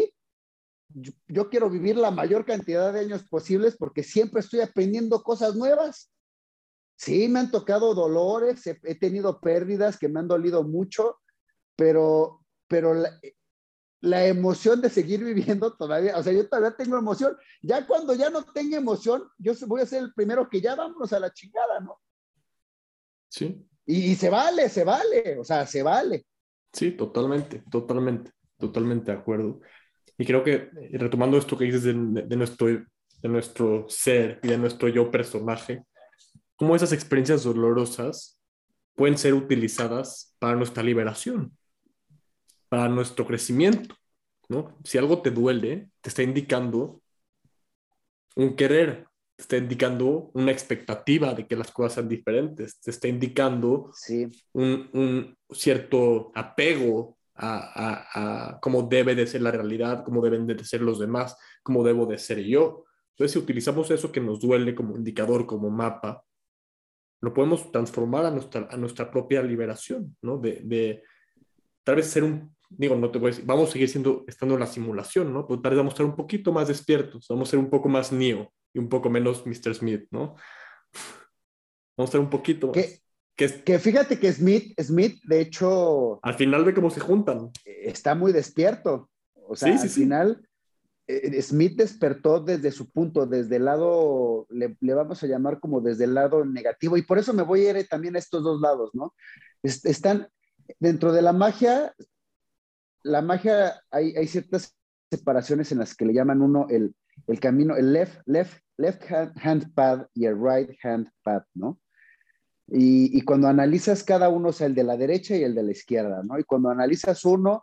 Speaker 1: yo quiero vivir la mayor cantidad de años posibles porque siempre estoy aprendiendo cosas nuevas. Sí, me han tocado dolores, he tenido pérdidas que me han dolido mucho, pero la emoción de seguir viviendo todavía, o sea, yo todavía tengo emoción. Ya cuando ya no tenga emoción, yo voy a ser el primero que ya vámonos a la chingada, ¿no?
Speaker 2: sí,
Speaker 1: Y se vale, o sea, se vale.
Speaker 2: sí, totalmente, totalmente, totalmente de acuerdo. Y creo que retomando esto que dices de nuestro ser y de nuestro yo personaje, cómo esas experiencias dolorosas pueden ser utilizadas para nuestra liberación, para nuestro crecimiento, ¿no? Si algo te duele, te está indicando un querer, te está indicando una expectativa de que las cosas sean diferentes, te está indicando
Speaker 1: Sí,
Speaker 2: un cierto apego a cómo debe de ser la realidad, cómo deben de ser los demás, cómo debo de ser yo. Entonces, si utilizamos eso que nos duele como indicador, como mapa, lo podemos transformar a nuestra propia liberación, ¿no? De tal vez ser digo, no te voy a decir, vamos a seguir estando en la simulación, ¿no? Pero tal vez vamos a estar un poquito más despiertos, vamos a ser un poco más Neo y un poco menos Mr. Smith, ¿no? Vamos a estar un poquito
Speaker 1: que,
Speaker 2: más. Que es,
Speaker 1: que fíjate que Smith, de hecho,
Speaker 2: al final ve cómo se juntan.
Speaker 1: está muy despierto. O
Speaker 2: Sí,
Speaker 1: sea,
Speaker 2: sí,
Speaker 1: al
Speaker 2: sí.
Speaker 1: final, Smith despertó desde su punto, desde el lado, le vamos a llamar como desde el lado negativo, y por eso me voy a ir también a estos dos lados, ¿no? Están dentro de la magia hay ciertas separaciones en las que le llaman uno el camino, el left hand path y el right hand path, ¿no? Y cuando analizas cada uno, o sea, el de la derecha y el de la izquierda, ¿no? Y cuando analizas uno,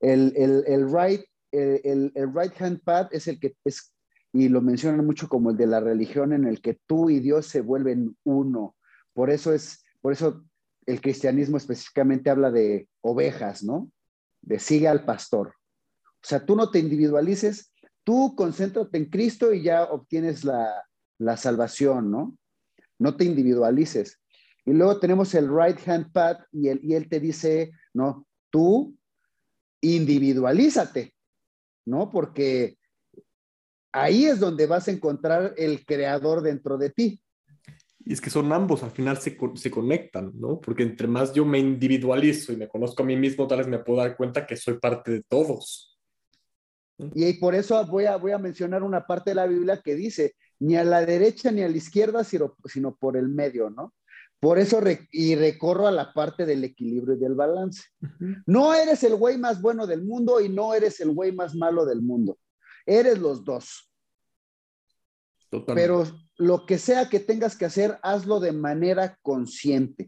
Speaker 1: el right hand path es el que es, y lo mencionan mucho como el de la religión, en el que tú y Dios se vuelven uno. Por eso el cristianismo específicamente habla de ovejas, ¿no? De sigue al pastor. O sea, tú no te individualices, tú concéntrate en Cristo y ya obtienes la salvación, ¿no? No te individualices. Y luego tenemos el right hand path y él te dice, no, tú individualízate, ¿no? Porque ahí es donde vas a encontrar el creador dentro de ti.
Speaker 2: Y es que son ambos, al final se conectan, ¿no? Porque entre más yo me individualizo y me conozco a mí mismo, tal vez me puedo dar cuenta que soy parte de todos, ¿no?
Speaker 1: Y por eso voy a mencionar una parte de la Biblia que dice, ni a la derecha ni a la izquierda, sino por el medio, ¿no? Por eso y recorro a la parte del equilibrio y del balance.
Speaker 2: Ujú.
Speaker 1: No eres el güey más bueno del mundo y no eres el güey más malo del mundo. Eres los dos.
Speaker 2: Totalmente.
Speaker 1: Pero lo que sea que tengas que hacer, hazlo de manera consciente.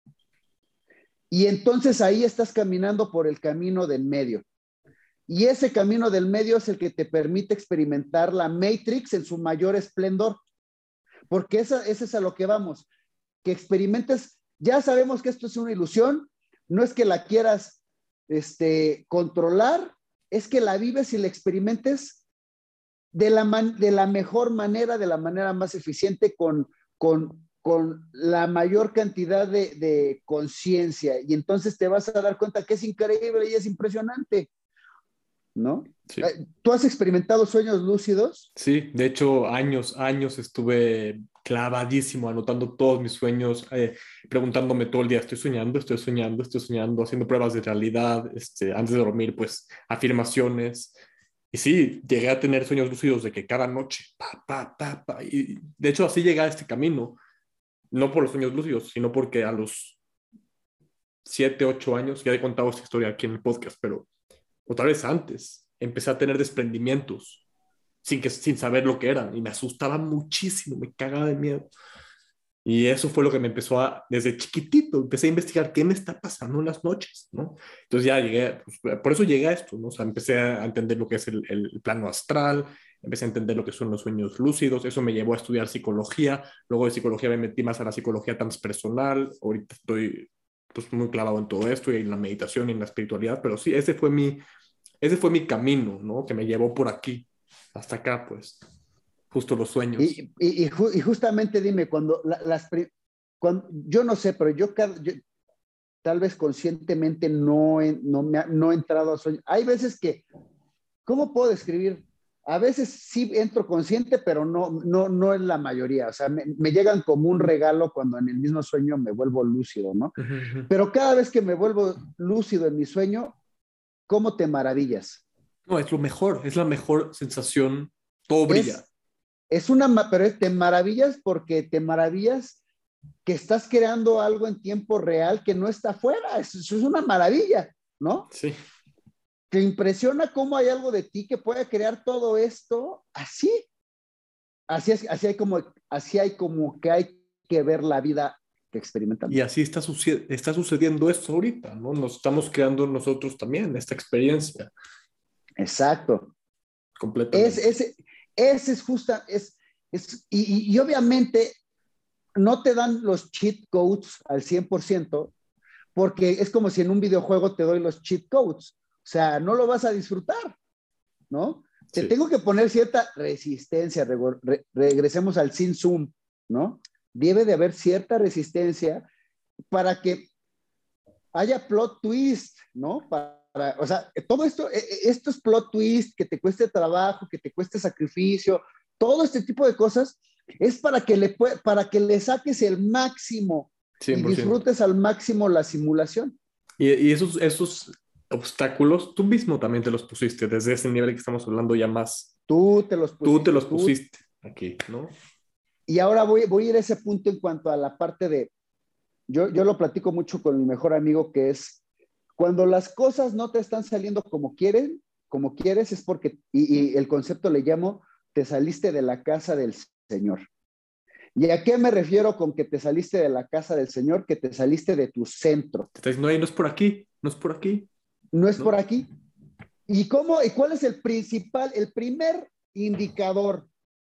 Speaker 1: Y entonces ahí estás caminando por el camino del medio. Y ese camino del medio es el que te permite experimentar la Matrix en su mayor esplendor. Porque ese es a lo que vamos. Que experimentes, ya sabemos que esto es una ilusión, no es que la quieras controlar, es que la vives y la experimentes de la mejor manera, de la manera más eficiente, con la mayor cantidad de conciencia. Y entonces te vas a dar cuenta que es increíble y es impresionante, ¿no?
Speaker 2: Sí.
Speaker 1: ¿Tú has experimentado sueños lúcidos?
Speaker 2: Sí, de hecho, años estuve clavadísimo anotando todos mis sueños, preguntándome todo el día, estoy soñando, haciendo pruebas de realidad, antes de dormir, pues afirmaciones. Y sí, llegué a tener sueños lúcidos de que cada noche, y de hecho así llegué a este camino, no por los sueños lúcidos, sino porque 7, 8 años, ya he contado esta historia aquí en el podcast, pero otra vez antes, empecé a tener desprendimientos sin saber lo que eran y me asustaba muchísimo, me cagaba de miedo. Y eso fue lo que me empezó desde chiquitito, empecé a investigar qué me está pasando en las noches, ¿no? Entonces ya llegué, pues, por eso llegué a esto, ¿no? O sea, empecé a entender lo que es el plano astral, empecé a entender lo que son los sueños lúcidos, eso me llevó a estudiar psicología, luego de psicología me metí más a la psicología transpersonal, ahorita estoy pues muy clavado en todo esto y en la meditación y en la espiritualidad, pero sí, ese fue mi camino, ¿no? Que me llevó por aquí, hasta acá, pues, justo los sueños.
Speaker 1: Y justamente dime, yo no sé, pero yo tal vez conscientemente no he entrado a sueños. Hay veces que, ¿cómo puedo describir? A veces sí entro consciente, pero no es la mayoría. O sea, me llegan como un regalo cuando en el mismo sueño me vuelvo lúcido, ¿no?
Speaker 2: Uh -huh.
Speaker 1: Pero cada vez que me vuelvo lúcido en mi sueño, ¿cómo te maravillas?
Speaker 2: No, es lo mejor, es la mejor sensación, todo brilla.
Speaker 1: Es, pero te maravillas porque te maravillas que estás creando algo en tiempo real que no está afuera. Eso es una maravilla, ¿no?
Speaker 2: Sí.
Speaker 1: Te impresiona cómo hay algo de ti que puede crear todo esto así. Así hay como que hay que ver la vida que experimentamos.
Speaker 2: Y así está sucediendo esto ahorita, ¿no? Nos estamos creando nosotros también esta experiencia.
Speaker 1: Exacto.
Speaker 2: Completamente.
Speaker 1: Ese es justa, y obviamente no te dan los cheat codes al 100%, porque es como si en un videojuego te doy los cheat codes. O sea, no lo vas a disfrutar, ¿no? Te
Speaker 2: Sí.
Speaker 1: tengo que poner cierta resistencia. Regresemos al Sin Zoom, ¿no? Debe de haber cierta resistencia para que haya plot twist, ¿no? O sea, todo esto, estos plot twist que te cueste trabajo, que te cueste sacrificio, todo este tipo de cosas es para que le saques el máximo y
Speaker 2: 100%.
Speaker 1: disfrutes al máximo la simulación.
Speaker 2: Y esos obstáculos, tú mismo también te los pusiste, desde ese nivel que estamos hablando ya más.
Speaker 1: Tú te los
Speaker 2: Tú te
Speaker 1: pusiste,
Speaker 2: los pusiste aquí, ¿no?
Speaker 1: Y ahora voy a ir a ese punto en cuanto a la parte de, yo lo platico mucho con mi mejor amigo, que es cuando las cosas no te están saliendo como quieres, es porque, y el concepto le llamo, te saliste de la casa del Señor. ¿Y a qué me refiero con que te saliste de la casa del Señor? Que te saliste de tu centro.
Speaker 2: Te está diciendo, no es por aquí, no es por aquí.
Speaker 1: No es
Speaker 2: ¿No?
Speaker 1: por aquí. ¿Y cuál es el primer indicador?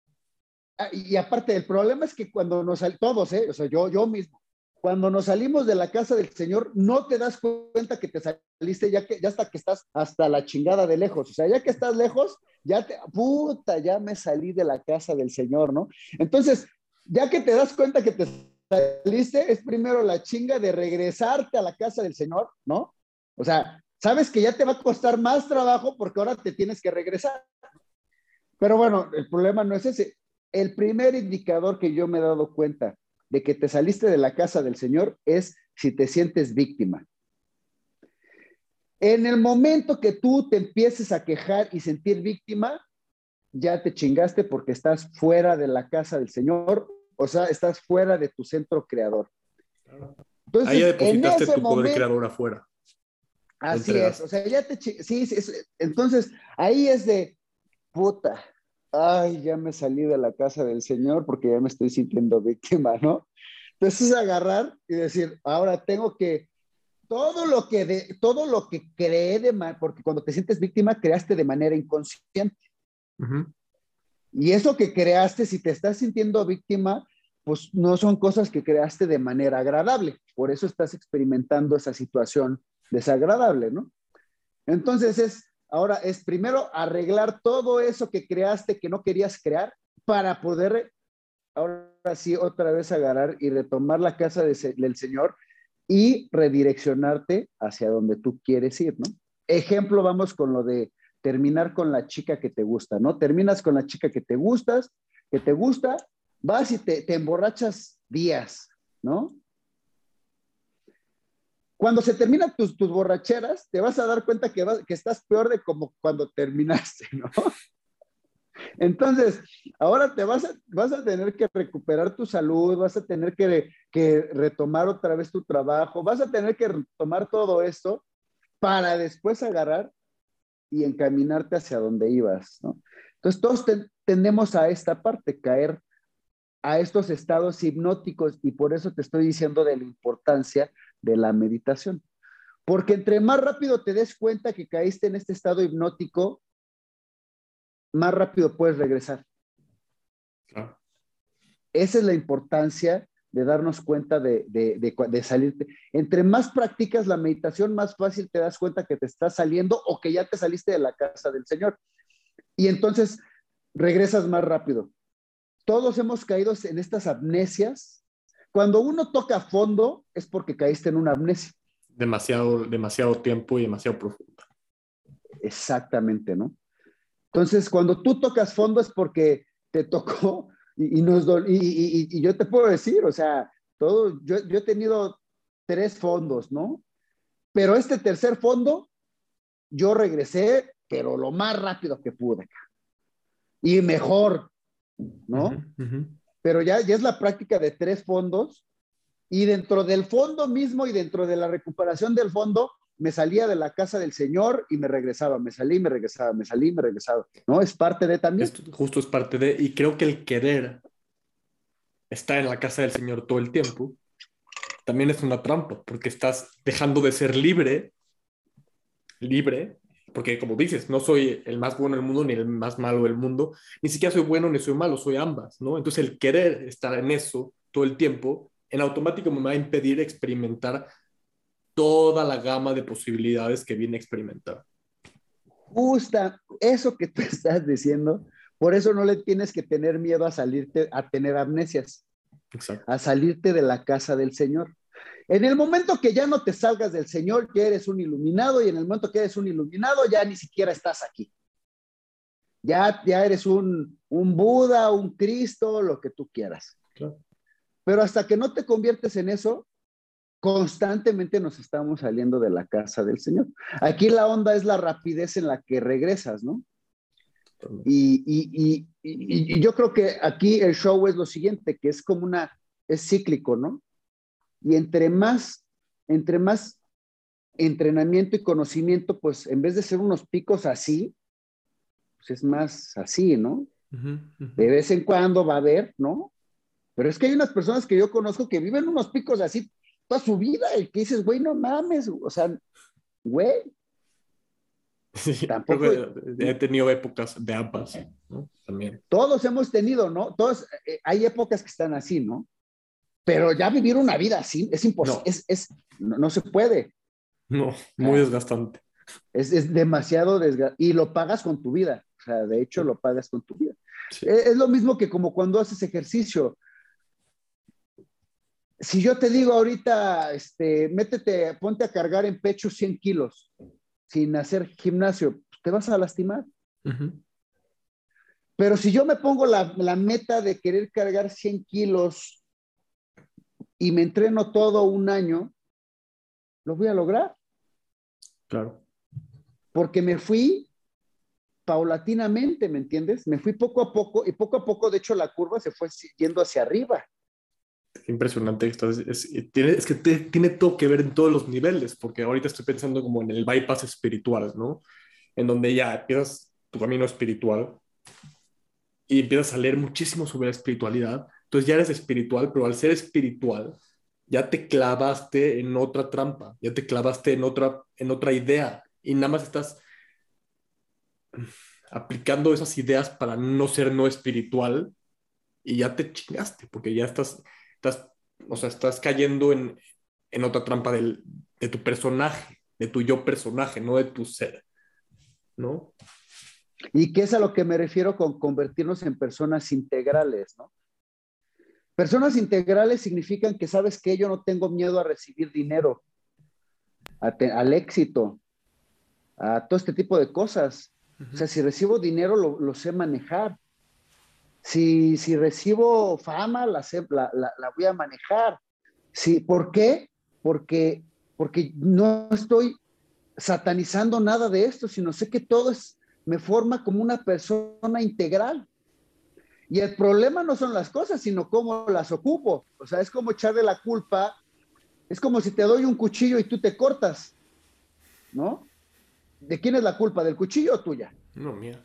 Speaker 1: Y aparte, el problema es que cuando todos, o sea, yo mismo, cuando nos salimos de la casa del Señor, no te das cuenta que te saliste ya hasta que estás hasta la chingada de lejos. O sea, ya que estás lejos, ya me salí de la casa del Señor, ¿no? Entonces, ya que te das cuenta que te saliste, es primero la chinga de regresarte a la casa del Señor, ¿no? O sea, sabes que ya te va a costar más trabajo porque ahora te tienes que regresar. Pero bueno, el problema no es ese. El primer indicador que yo me he dado cuenta de que te saliste de la casa del Señor es si te sientes víctima. En el momento que tú te empieces a quejar y sentir víctima, ya te chingaste porque estás fuera de la casa del Señor, o sea, estás fuera de tu centro creador.
Speaker 2: Ahí ya
Speaker 1: Entonces, en
Speaker 2: depositaste
Speaker 1: ese
Speaker 2: tu poder
Speaker 1: momento,
Speaker 2: creador afuera. Lo
Speaker 1: así es, o
Speaker 2: entregaste.
Speaker 1: sea, sí, entonces ahí es de puta, ay, ya me salí de la casa del Señor porque ya me estoy sintiendo víctima, ¿no? Entonces es agarrar y decir, ahora tengo que, todo lo que creé porque cuando te sientes víctima, creaste de manera inconsciente.
Speaker 2: Uh -huh.
Speaker 1: Y eso que creaste, si te estás sintiendo víctima, pues no son cosas que creaste de manera agradable. Por eso estás experimentando esa situación desagradable, ¿no? Entonces ahora es primero arreglar todo eso que creaste que no querías crear para poder ahora sí otra vez agarrar y retomar la casa del Señor y redireccionarte hacia donde tú quieres ir, ¿no? Ejemplo, vamos con lo de terminar con la chica que te gusta, ¿no? Terminas con la chica que te gusta, vas y te emborrachas días, ¿no? Cuando se terminan tus borracheras, te vas a dar cuenta que estás peor de como cuando terminaste, ¿no? Entonces, ahora vas a tener que recuperar tu salud, vas a tener que retomar otra vez tu trabajo, vas a tener que retomar todo esto para después agarrar y encaminarte hacia donde ibas, ¿no? Entonces, todos tendemos a esta parte, caer a estos estados hipnóticos, y por eso te estoy diciendo de la importancia de la meditación. Porque entre más rápido te des cuenta que caíste en este estado hipnótico, más rápido puedes regresar.
Speaker 2: Claro.
Speaker 1: Esa es la importancia de darnos cuenta de salirte. Entre más practicas la meditación, más fácil te das cuenta que te estás saliendo o que ya te saliste de la casa del Señor. Y entonces regresas más rápido. Todos hemos caído en estas amnesias. Cuando uno toca fondo es porque caíste en una amnesia.
Speaker 2: Demasiado tiempo y demasiado profundo.
Speaker 1: Exactamente, ¿no? Entonces, cuando tú tocas fondo es porque te tocó y yo te puedo decir, o sea, yo he tenido 3 fondos, ¿no? Pero este tercer fondo, yo regresé, pero lo más rápido que pude. Y mejor, ¿no? Pero ya es la práctica de 3 fondos, y dentro del fondo mismo y dentro de la recuperación del fondo, me salía de la casa del Señor y me regresaba, me salí y me regresaba, me salí y me regresaba, ¿no? Es parte de también.
Speaker 2: Esto justo es parte de, y creo que el querer estar en la casa del Señor todo el tiempo también es una trampa, porque estás dejando de ser libre, porque como dices, no soy el más bueno del mundo ni el más malo del mundo, ni siquiera soy bueno ni soy malo, soy ambas, ¿no? Entonces el querer estar en eso todo el tiempo, en automático me va a impedir experimentar toda la gama de posibilidades que viene a experimentar.
Speaker 1: Justa, eso que tú estás diciendo, por eso no le tienes que tener miedo a salirte, a tener amnesias,
Speaker 2: Exacto.
Speaker 1: a salirte de la casa del Señor. En el momento que ya no te salgas del Señor, ya eres un iluminado, y en el momento que eres un iluminado, ya ni siquiera estás aquí. Ya eres un Buda, un Cristo, lo que tú quieras.
Speaker 2: Claro.
Speaker 1: Pero hasta que no te conviertes en eso, constantemente nos estamos saliendo de la casa del Señor. Aquí la onda es la rapidez en la que regresas, ¿no? Y yo creo que aquí el show es lo siguiente, que es como es cíclico, ¿no? Y entre más entrenamiento y conocimiento, pues en vez de ser unos picos así, pues es más así, ¿no? De vez en cuando va a haber, ¿no? Pero es que hay unas personas que yo conozco que viven unos picos así toda su vida, y que dices, güey, no mames, o sea, güey,
Speaker 2: Sí,
Speaker 1: tampoco.
Speaker 2: creo que he tenido épocas de ambas, ¿no? También.
Speaker 1: Todos hemos tenido, ¿no? Todos, hay épocas que están así, ¿no? Pero ya vivir una vida así es imposible, no se puede.
Speaker 2: No, muy desgastante.
Speaker 1: Es demasiado desgastante, y lo pagas con tu vida, o sea, de hecho lo pagas con tu vida.
Speaker 2: Sí.
Speaker 1: Es lo mismo que como cuando haces ejercicio. Si yo te digo ahorita, ponte a cargar en pecho 100 kilos sin hacer gimnasio, te vas a lastimar. Pero si yo me pongo la meta de querer cargar 100 kilos y me entreno todo un año, lo voy a lograr.
Speaker 2: Claro.
Speaker 1: Porque me fui paulatinamente, ¿me entiendes? Me fui poco a poco, y poco a poco, de hecho, la curva se fue yendo hacia arriba.
Speaker 2: Impresionante esto. Es que tiene todo que ver en todos los niveles, porque ahorita estoy pensando como en el bypass espiritual, ¿no? En donde ya empiezas tu camino espiritual y empiezas a leer muchísimo sobre la espiritualidad. Entonces ya eres espiritual, pero al ser espiritual ya te clavaste en otra trampa, ya te clavaste en otra idea, y nada más estás aplicando esas ideas para no ser no espiritual, y ya te chingaste, porque ya o sea, estás cayendo en otra trampa de tu personaje, de tu yo personaje, no de tu ser, ¿no?
Speaker 1: Y que es a lo que me refiero con convertirnos en personas integrales, ¿no? Personas integrales significan que, ¿sabes qué? Yo no tengo miedo a recibir dinero, al éxito, a todo este tipo de cosas. O sea, si recibo dinero, lo sé manejar. Si recibo fama, la voy a manejar. Sí, ¿por qué? Porque no estoy satanizando nada de esto, sino sé que todo es me forma como una persona integral. Y el problema no son las cosas, sino cómo las ocupo. O sea, es como echarle la culpa, es como si te doy un cuchillo y tú te cortas, ¿no? ¿De quién es la culpa? ¿Del cuchillo o tuya?
Speaker 2: No, mía.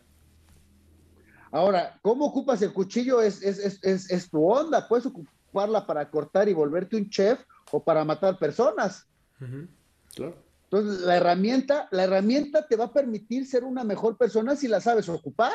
Speaker 1: Ahora, ¿cómo ocupas el cuchillo? Es tu onda. Puedes ocuparla para cortar y volverte un chef o para matar personas.
Speaker 2: Ujú, claro.
Speaker 1: Entonces, la herramienta te va a permitir ser una mejor persona si la sabes ocupar.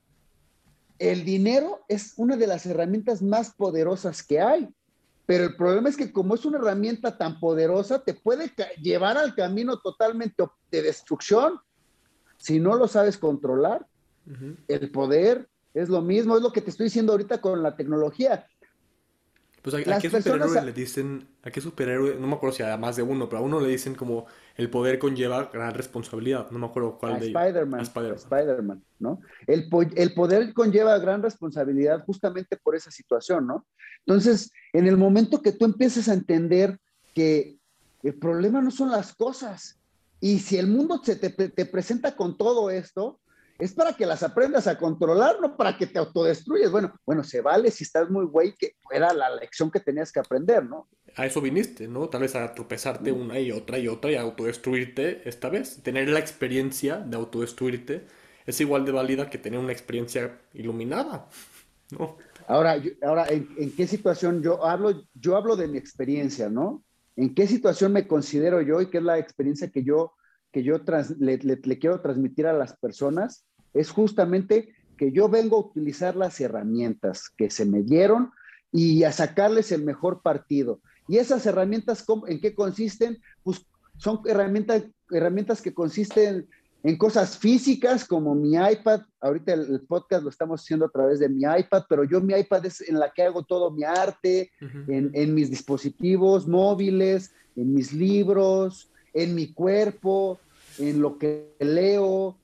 Speaker 1: El dinero es una de las herramientas más poderosas que hay, pero el problema es que como es una herramienta tan poderosa, te puede llevar al camino totalmente de destrucción si no lo sabes controlar.
Speaker 2: Ujú.
Speaker 1: El poder es lo mismo, es lo que te estoy diciendo ahorita con la tecnología.
Speaker 2: Pues a
Speaker 1: Las
Speaker 2: qué
Speaker 1: personas
Speaker 2: superhéroe le dicen, a qué superhéroe, no me acuerdo si a más de uno, pero a uno le dicen como el poder conlleva gran responsabilidad, no me acuerdo cuál
Speaker 1: a
Speaker 2: de ellos. A
Speaker 1: A
Speaker 2: Spider-Man.
Speaker 1: Spider-Man, ¿no? El poder conlleva gran responsabilidad justamente por esa situación, ¿no? Entonces, en el momento que tú empieces a entender que el problema no son las cosas, y si el mundo te presenta con todo esto, es para que las aprendas a controlar, no para que te autodestruyes. Bueno, se vale si estás muy güey, que era la lección que tenías que aprender, ¿no?
Speaker 2: A eso viniste, ¿no? Tal vez a tropezarte
Speaker 1: ¿No?
Speaker 2: una y otra y a autodestruirte esta vez. Tener la experiencia de autodestruirte es igual de válida que tener una experiencia iluminada, ¿no?
Speaker 1: Ahora, ¿en qué situación yo hablo de mi experiencia, ¿no? ¿En qué situación me considero yo y qué es la experiencia que yo le quiero transmitir a las personas? Es justamente que yo vengo a utilizar las herramientas que se me dieron y a sacarles el mejor partido. ¿Y esas herramientas en qué consisten? Pues son herramientas que consisten en cosas físicas como mi iPad. Ahorita el podcast lo estamos haciendo a través de mi iPad, pero yo mi iPad es en la que hago todo mi arte,
Speaker 2: Ujú.
Speaker 1: en mis dispositivos móviles, en mis libros, en mi cuerpo, en lo que leo,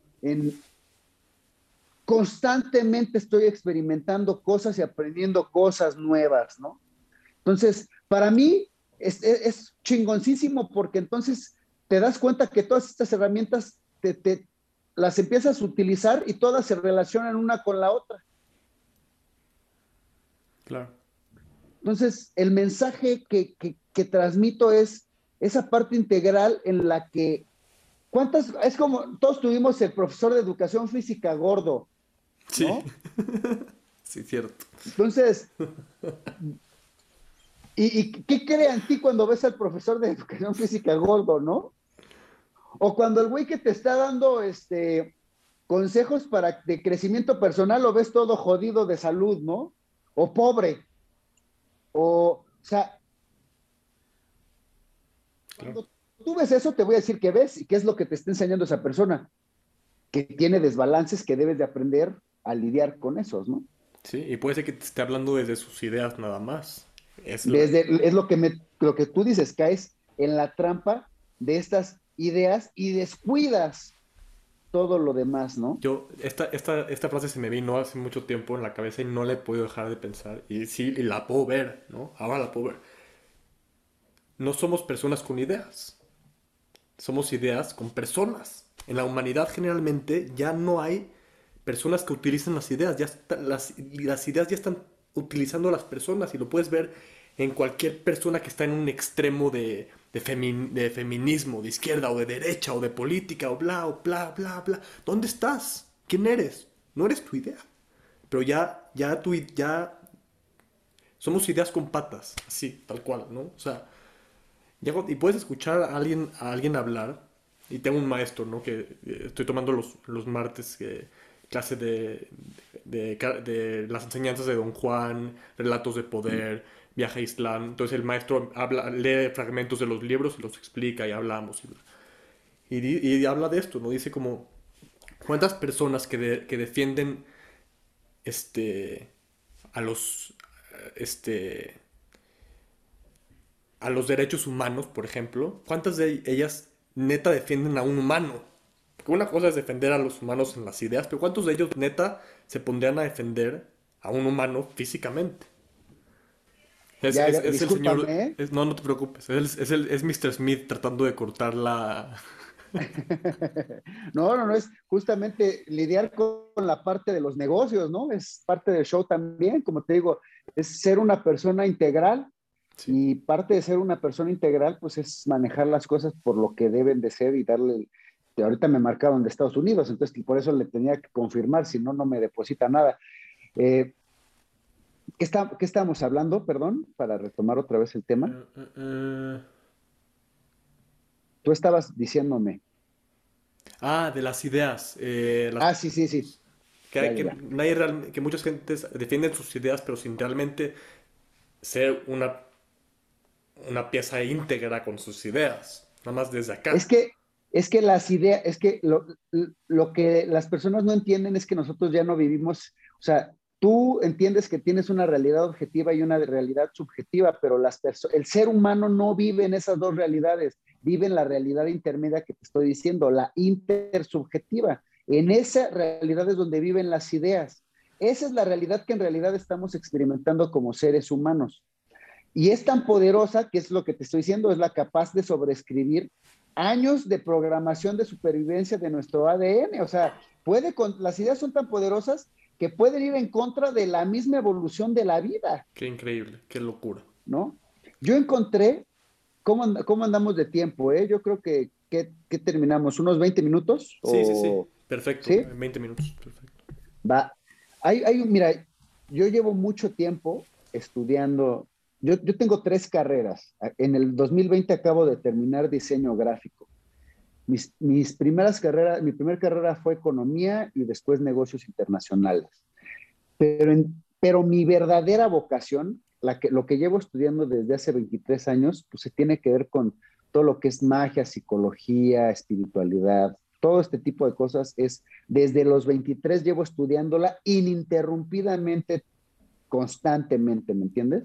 Speaker 1: constantemente estoy experimentando cosas y aprendiendo cosas nuevas, ¿no? Entonces, para mí es chingoncísimo porque entonces te das cuenta que todas estas herramientas las empiezas a utilizar y todas se relacionan una con la otra.
Speaker 2: Claro.
Speaker 1: Entonces, el mensaje que transmito es esa parte integral en la que, es como, todos tuvimos el profesor de educación física gordo,
Speaker 2: Sí,
Speaker 1: ¿no?
Speaker 2: sí, cierto.
Speaker 1: Entonces, ¿y qué crea en ti cuando ves al profesor de educación física gordo, no? O cuando el güey que te está dando consejos de crecimiento personal lo ves todo jodido de salud, ¿no? O pobre. O sea,
Speaker 2: Claro.
Speaker 1: cuando tú ves eso, te voy a decir qué ves y qué es lo que te está enseñando esa persona, que tiene desbalances que debes de aprender a lidiar con esos, ¿no?
Speaker 2: Sí, y puede ser que te esté hablando desde sus ideas nada más. Es la...
Speaker 1: Es lo que tú dices, caes en la trampa de estas ideas y descuidas todo lo demás, ¿no?
Speaker 2: Esta frase se me vino hace mucho tiempo en la cabeza y no la he podido dejar de pensar. Y sí, y la puedo ver, ¿no? Ahora la puedo ver. No somos personas con ideas. Somos ideas con personas. En la humanidad generalmente ya no hay personas que utilicen las ideas. Las ideas ya están utilizando a las personas y lo puedes ver en cualquier persona que está en un extremo de feminismo, de izquierda o de derecha o de política o bla, bla, bla. ¿Dónde estás? ¿Quién eres? No eres tu idea. Pero ya somos ideas con patas, así, tal cual, ¿no? O sea, y puedes escuchar a alguien hablar. Y tengo un maestro, ¿no? Que estoy tomando los martes clase de las enseñanzas de Don Juan, relatos de poder, viaje a Islam. Entonces el maestro lee fragmentos de los libros y los explica y hablamos. Y habla de esto, ¿no? Dice como, ¿cuántas personas que defienden este, a los, este, a los derechos humanos, por ejemplo, ¿cuántas de ellas neta defienden a un humano? Porque una cosa es defender a los humanos en las ideas, pero ¿cuántos de ellos neta se pondrían a defender a un humano físicamente?
Speaker 1: Ya,
Speaker 2: Es el señor...
Speaker 1: discúlpame, ¿eh?
Speaker 2: No, no te preocupes. Es Mr. Smith tratando de cortar la...
Speaker 1: No, no, no, es justamente lidiar con la parte de los negocios, ¿no? Es parte del show también, como te digo, es ser una persona integral
Speaker 2: Sí.
Speaker 1: y parte de ser una persona integral, pues es manejar las cosas por lo que deben de ser y darle, ahorita me marcaron de Estados Unidos, entonces por eso le tenía que confirmar, si no, no me deposita nada. Eh, ¿qué estábamos hablando, perdón, para retomar otra vez el tema?
Speaker 2: Eh, eh, eh.
Speaker 1: Tú estabas diciéndome,
Speaker 2: De las ideas.
Speaker 1: sí, sí, sí,
Speaker 2: Que,
Speaker 1: ya,
Speaker 2: hay,
Speaker 1: ya, ya.
Speaker 2: que muchas gentes defienden sus ideas, pero sin realmente ser una pieza íntegra con sus ideas. Nada más desde
Speaker 1: Es
Speaker 2: acá.
Speaker 1: que, es que las ideas, es que lo que las personas no entienden es que nosotros ya no vivimos, o sea, tú entiendes que tienes una realidad objetiva y una realidad subjetiva, pero el ser humano no vive en esas dos realidades, vive en la realidad intermedia que te estoy diciendo, la intersubjetiva. En esa realidad es donde viven las ideas. Esa es la realidad que en realidad estamos experimentando como seres humanos. Y es tan poderosa que es lo que te estoy diciendo, es la capaz de sobreescribir años de programación de supervivencia de nuestro ADN. O sea, las ideas son tan poderosas que pueden ir en contra de la misma evolución de la vida,
Speaker 2: Qué increíble, qué locura.
Speaker 1: ¿no? Yo encontré, ¿cómo andamos de tiempo? Yo creo que terminamos, unos 20 minutos,
Speaker 2: Sí, sí, sí. Perfecto.
Speaker 1: ¿sí?
Speaker 2: En 20 minutos. Perfecto.
Speaker 1: Va. Mira, yo llevo mucho tiempo estudiando. Yo tengo tres carreras. En el 2020 acabo de terminar diseño gráfico. Mis primeras carreras, mi primera carrera fue economía y después negocios internacionales. Pero mi verdadera vocación, lo que llevo estudiando desde hace 23 años, pues se tiene que ver con todo lo que es magia, psicología, espiritualidad, todo este tipo de cosas es, desde los 23 llevo estudiándola ininterrumpidamente, constantemente, ¿me entiendes?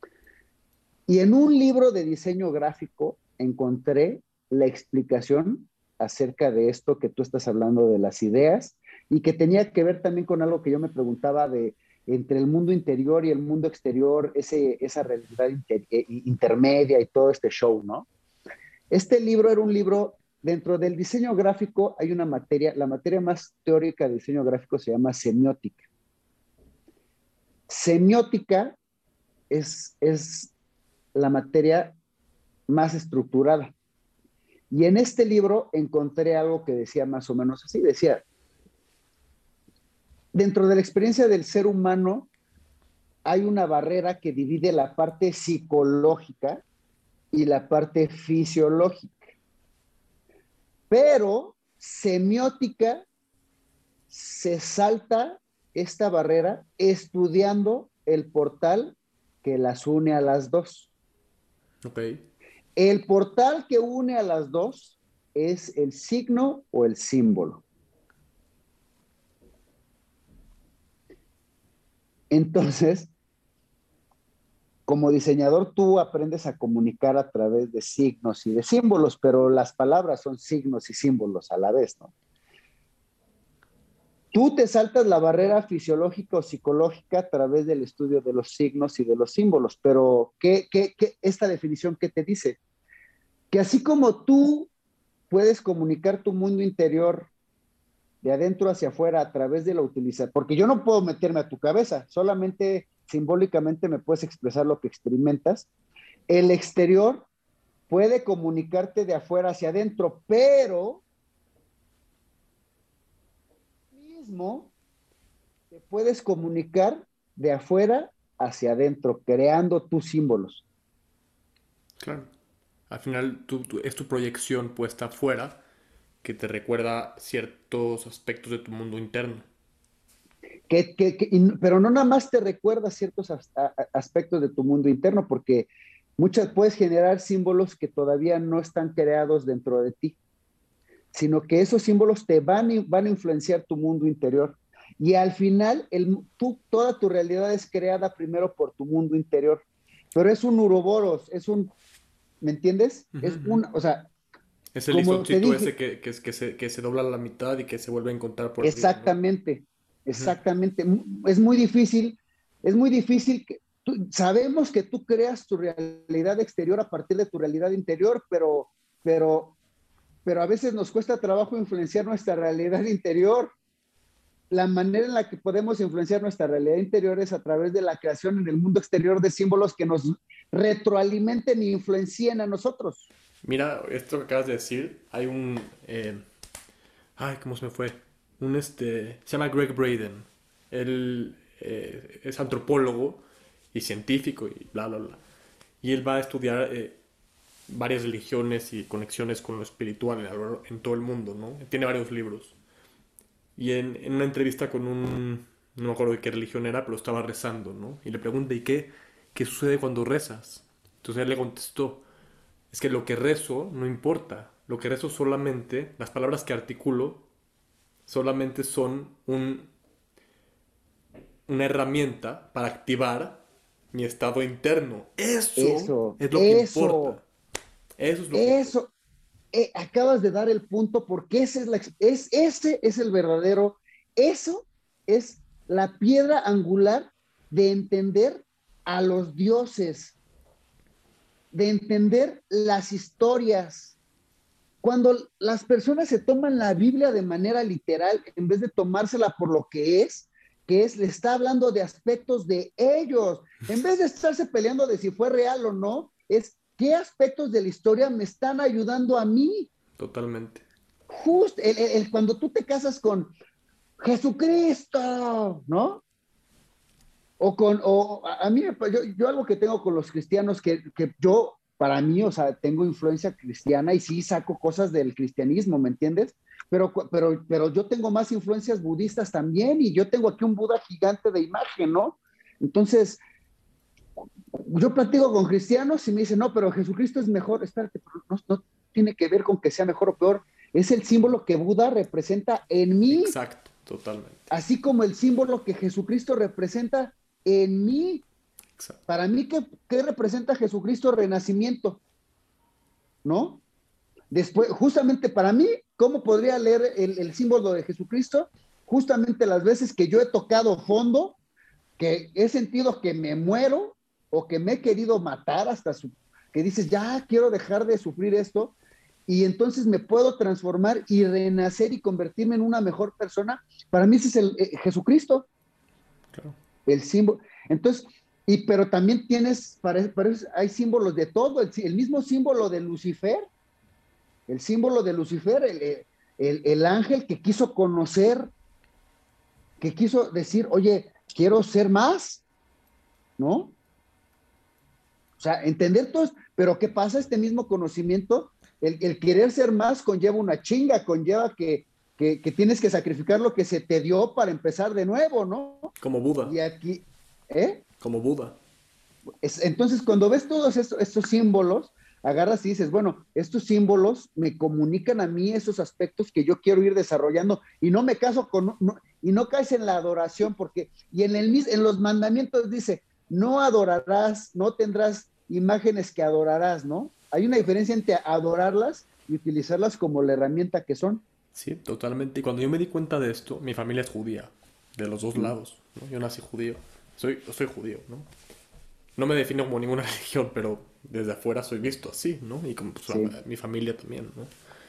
Speaker 1: Y en un libro de diseño gráfico encontré la explicación acerca de esto que tú estás hablando de las ideas y que tenía que ver también con algo que yo me preguntaba de entre el mundo interior y el mundo exterior, esa realidad intermedia y todo este show, ¿no? Este libro era un libro, dentro del diseño gráfico hay una materia, la materia más teórica de diseño gráfico se llama semiótica. Semiótica es la materia más estructurada. Y en este libro encontré algo que decía más o menos así, decía, dentro de la experiencia del ser humano hay una barrera que divide la parte psicológica y la parte fisiológica, pero semiótica se salta esta barrera estudiando el portal que las une a las dos.
Speaker 2: Ok.
Speaker 1: El portal que une a las dos es el signo o el símbolo. Entonces, como diseñador, tú aprendes a comunicar a través de signos y de símbolos, pero las palabras son signos y símbolos a la vez, ¿no? Tú te saltas la barrera fisiológica o psicológica a través del estudio de los signos y de los símbolos, pero esta definición qué te dice? Que así como tú puedes comunicar tu mundo interior de adentro hacia afuera a través de la utilización, porque yo no puedo meterme a tu cabeza, solamente simbólicamente me puedes expresar lo que experimentas. El exterior puede comunicarte de afuera hacia adentro, pero mismo te puedes comunicar de afuera hacia adentro, creando tus símbolos.
Speaker 2: Claro. Al final es tu proyección puesta afuera que te recuerda ciertos aspectos de tu mundo interno.
Speaker 1: Pero no nada más te recuerda ciertos aspectos de tu mundo interno, porque puedes generar símbolos que todavía no están creados dentro de ti, sino que esos símbolos te van a influenciar tu mundo interior. Y al final, toda tu realidad es creada primero por tu mundo interior, pero es un uroboros, ¿me entiendes?
Speaker 2: Uh -huh,
Speaker 1: Es
Speaker 2: uh -huh.
Speaker 1: o sea,
Speaker 2: Es el
Speaker 1: como te
Speaker 2: listoncito ese
Speaker 1: dije,
Speaker 2: que se dobla a la mitad y que se vuelve a encontrar por arriba, ¿no?
Speaker 1: exactamente,
Speaker 2: Uh -huh.
Speaker 1: exactamente. Es muy difícil sabemos que tú creas tu realidad exterior a partir de tu realidad interior, pero pero a veces nos cuesta trabajo influenciar nuestra realidad interior. La manera en la que podemos influenciar nuestra realidad interior es a través de la creación en el mundo exterior de símbolos que nos retroalimenten e influencien a nosotros.
Speaker 2: Mira, esto que acabas de decir, hay un... ay, ¿cómo se me fue? Se llama Greg Braden. Él es antropólogo y científico y bla, bla, bla. Y él va a estudiar varias religiones y conexiones con lo espiritual en todo el mundo, ¿no? Tiene varios libros. Y en una entrevista con no me acuerdo de qué religión era, pero estaba rezando, ¿no? Y le pregunta, ¿qué sucede cuando rezas? Entonces él le contestó, es que lo que rezo no importa. Lo que rezo solamente, las palabras que articulo, solamente son una herramienta para activar mi estado interno. Eso
Speaker 1: Eso,
Speaker 2: es lo que
Speaker 1: eso,
Speaker 2: importa. Eso es lo que importa.
Speaker 1: eso. Acabas de dar el punto porque ese es el verdadero, eso es la piedra angular de entender a los dioses, de entender las historias. Cuando las personas se toman la Biblia de manera literal, en vez de tomársela por lo que es, le está hablando de aspectos de ellos. En vez de estarse peleando de si fue real o no, es qué aspectos de la historia me están ayudando a mí.
Speaker 2: Totalmente.
Speaker 1: Justo, cuando tú te casas con Jesucristo, ¿no? A mí, yo algo que tengo con los cristianos, que yo, para mí, o sea, tengo influencia cristiana y sí saco cosas del cristianismo, ¿me entiendes? Pero yo tengo más influencias budistas también y yo tengo aquí un Buda gigante de imagen, ¿no? Entonces, yo platico con cristianos y me dicen, no, pero Jesucristo es mejor, espérate, pero no tiene que ver con que sea mejor o peor, es el símbolo que Buda representa en mí,
Speaker 2: Exacto, totalmente.
Speaker 1: así como el símbolo que Jesucristo representa en mí.
Speaker 2: Exacto.
Speaker 1: Para mí, ¿qué representa Jesucristo? Renacimiento, ¿no? Después, justamente para mí, ¿cómo podría leer el símbolo de Jesucristo? Justamente las veces que yo he tocado fondo, que he sentido que me muero o que me he querido matar que dices, ya quiero dejar de sufrir esto, y entonces me puedo transformar y renacer y convertirme en una mejor persona. Para mí ese es Jesucristo,
Speaker 2: Claro.
Speaker 1: el símbolo. Entonces, pero también para eso hay símbolos de todo, el mismo símbolo de Lucifer, el símbolo de Lucifer, el ángel que quiso conocer, que quiso decir, oye, quiero ser más, ¿no? O sea, entender todo, pero ¿qué pasa? Este mismo conocimiento, el querer ser más conlleva una chinga, conlleva que tienes que sacrificar lo que se te dio para empezar de nuevo, ¿no?
Speaker 2: Como Buda.
Speaker 1: Y aquí, ¿eh?
Speaker 2: Como Buda.
Speaker 1: Entonces, cuando ves todos estos símbolos, agarras y dices, bueno, estos símbolos me comunican a mí esos aspectos que yo quiero ir desarrollando y no me caso y no caes en la adoración porque, y en los mandamientos dice, no adorarás, no tendrás imágenes que adorarás, ¿no? Hay una diferencia entre adorarlas y utilizarlas como la herramienta que son.
Speaker 2: Sí, totalmente. Y cuando yo me di cuenta de esto, mi familia es judía, de los dos
Speaker 1: ¿Mm?
Speaker 2: lados, ¿no? Yo nací judío. Soy judío, ¿no? No me defino como ninguna religión, pero desde afuera soy visto así, ¿no? Y como pues,
Speaker 1: Sí.
Speaker 2: mi familia también, ¿no?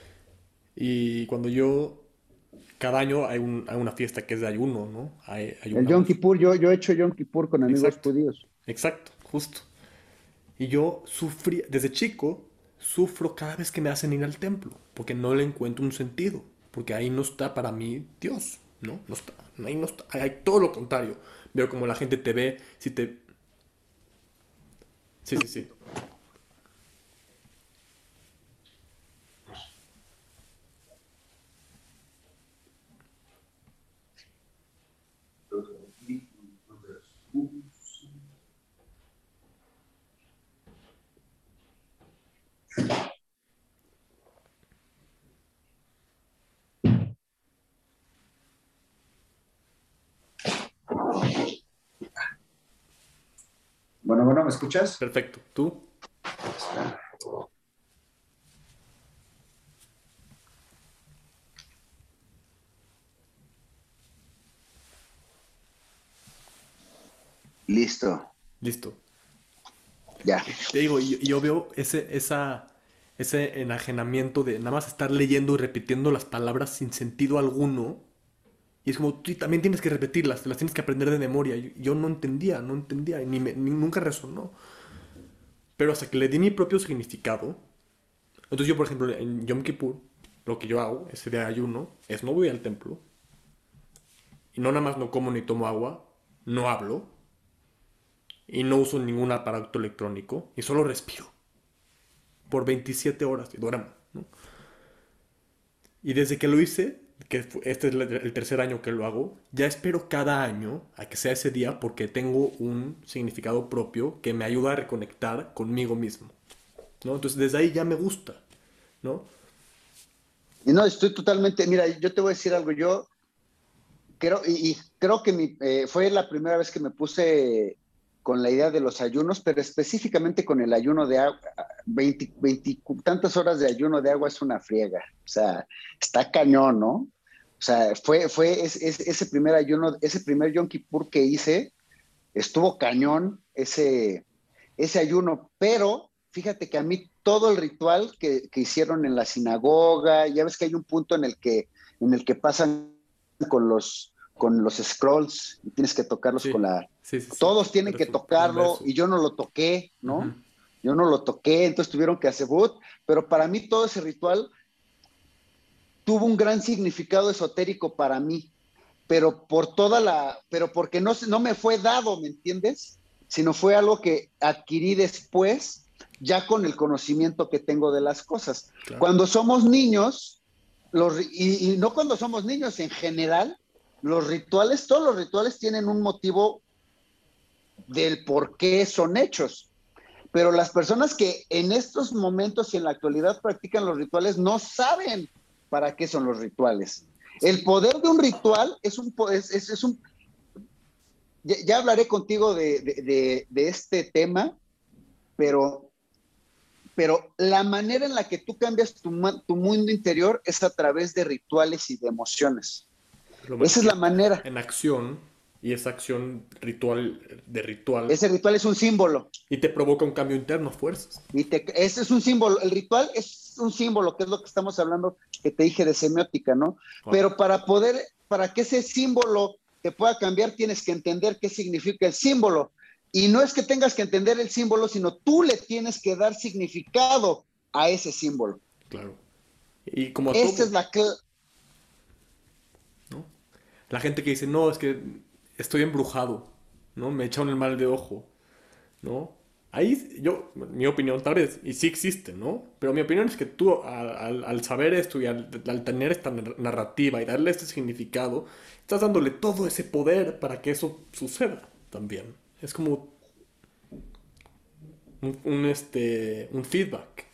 Speaker 2: Y cuando yo, cada año hay una fiesta que es de ayuno, ¿no?
Speaker 1: El Yom
Speaker 2: Ayunamos.
Speaker 1: Kippur, yo he hecho Yom Kippur con amigos
Speaker 2: Exacto,
Speaker 1: judíos.
Speaker 2: exacto, justo. Y yo sufrí, desde chico, sufro cada vez que me hacen ir al templo, porque no le encuentro un sentido, porque ahí no está para mí Dios, ¿no? No está, ahí no está, hay todo lo contrario. Veo como la gente te ve, si te... Sí, sí, sí.
Speaker 1: Bueno, ¿me escuchas?
Speaker 2: Perfecto. ¿Tú?
Speaker 1: Listo,
Speaker 2: Listo.
Speaker 1: ya.
Speaker 2: Te digo, y yo veo esa... ese enajenamiento de nada más estar leyendo y repitiendo las palabras sin sentido alguno. Y es como, tú también tienes que repetirlas, te las tienes que aprender de memoria. Yo no entendía, y nunca resonó. Pero hasta que le di mi propio significado. Entonces yo, por ejemplo, en Yom Kippur, lo que yo hago, ese día de ayuno, es no voy al templo. Y no nada más no como ni tomo agua, no hablo. Y no uso ningún aparato electrónico. Y solo respiro. Por 27 horas y duermo, ¿no? Y desde que lo hice, este es el tercer año que lo hago, ya espero cada año a que sea ese día porque tengo un significado propio que me ayuda a reconectar conmigo mismo, ¿no? Entonces desde ahí ya me gusta, ¿no?
Speaker 1: Y no, estoy totalmente, mira, yo te voy a decir algo, yo creo, y creo que fue la primera vez que me puse con la idea de los ayunos, pero específicamente con el ayuno de agua, 20 tantas horas de ayuno de agua es una friega, o sea, está cañón, ¿no? O sea, ese primer ayuno, ese primer Yom Kippur que hice, estuvo cañón ese ayuno, pero fíjate que a mí todo el ritual que hicieron en la sinagoga, ya ves que hay un punto en el que pasan con los scrolls y tienes que tocarlos
Speaker 2: Sí,
Speaker 1: con la...
Speaker 2: sí, sí, sí.
Speaker 1: Todos tienen que tocarlo
Speaker 2: Inmerso.
Speaker 1: y yo no lo toqué,
Speaker 2: Ujú.
Speaker 1: ¿no? Yo no lo toqué, entonces tuvieron que hacer boot, pero para mí todo ese ritual tuvo un gran significado esotérico para mí, pero porque no me fue dado, ¿me entiendes? Sino fue algo que adquirí después, ya con el conocimiento que tengo de las cosas.
Speaker 2: Claro.
Speaker 1: Cuando somos niños, y no cuando somos niños, en general, todos los rituales tienen un motivo del por qué son hechos. Pero las personas que en estos momentos y en la actualidad practican los rituales no saben para qué son los rituales. El poder de un ritual es un. Ya hablaré contigo de este tema, pero, pero la manera en la que tú cambias tu mundo interior es a través de rituales y de emociones.
Speaker 2: Es
Speaker 1: Esa es la
Speaker 2: que
Speaker 1: manera.
Speaker 2: en acción, y esa acción ritual de ritual,
Speaker 1: Ese ritual es un símbolo.
Speaker 2: y te provoca un cambio interno, fuerzas.
Speaker 1: Ese es un símbolo. El ritual es un símbolo, que es lo que estamos hablando, que te dije de semiótica, ¿no?
Speaker 2: Wow.
Speaker 1: Pero para que ese símbolo te pueda cambiar, tienes que entender qué significa el símbolo. Y no es que tengas que entender el símbolo, sino tú le tienes que dar significado a ese símbolo.
Speaker 2: Claro. Y como a
Speaker 1: Esta
Speaker 2: todo,
Speaker 1: es la clave.
Speaker 2: ¿no? La gente que dice, no, es que estoy embrujado, ¿no? Me echaron el mal de ojo, ¿no? Ahí mi opinión tal vez, y sí existe, ¿no? Pero mi opinión es que tú al saber esto y al tener esta narrativa y darle este significado, estás dándole todo ese poder para que eso suceda también. Es como un feedback.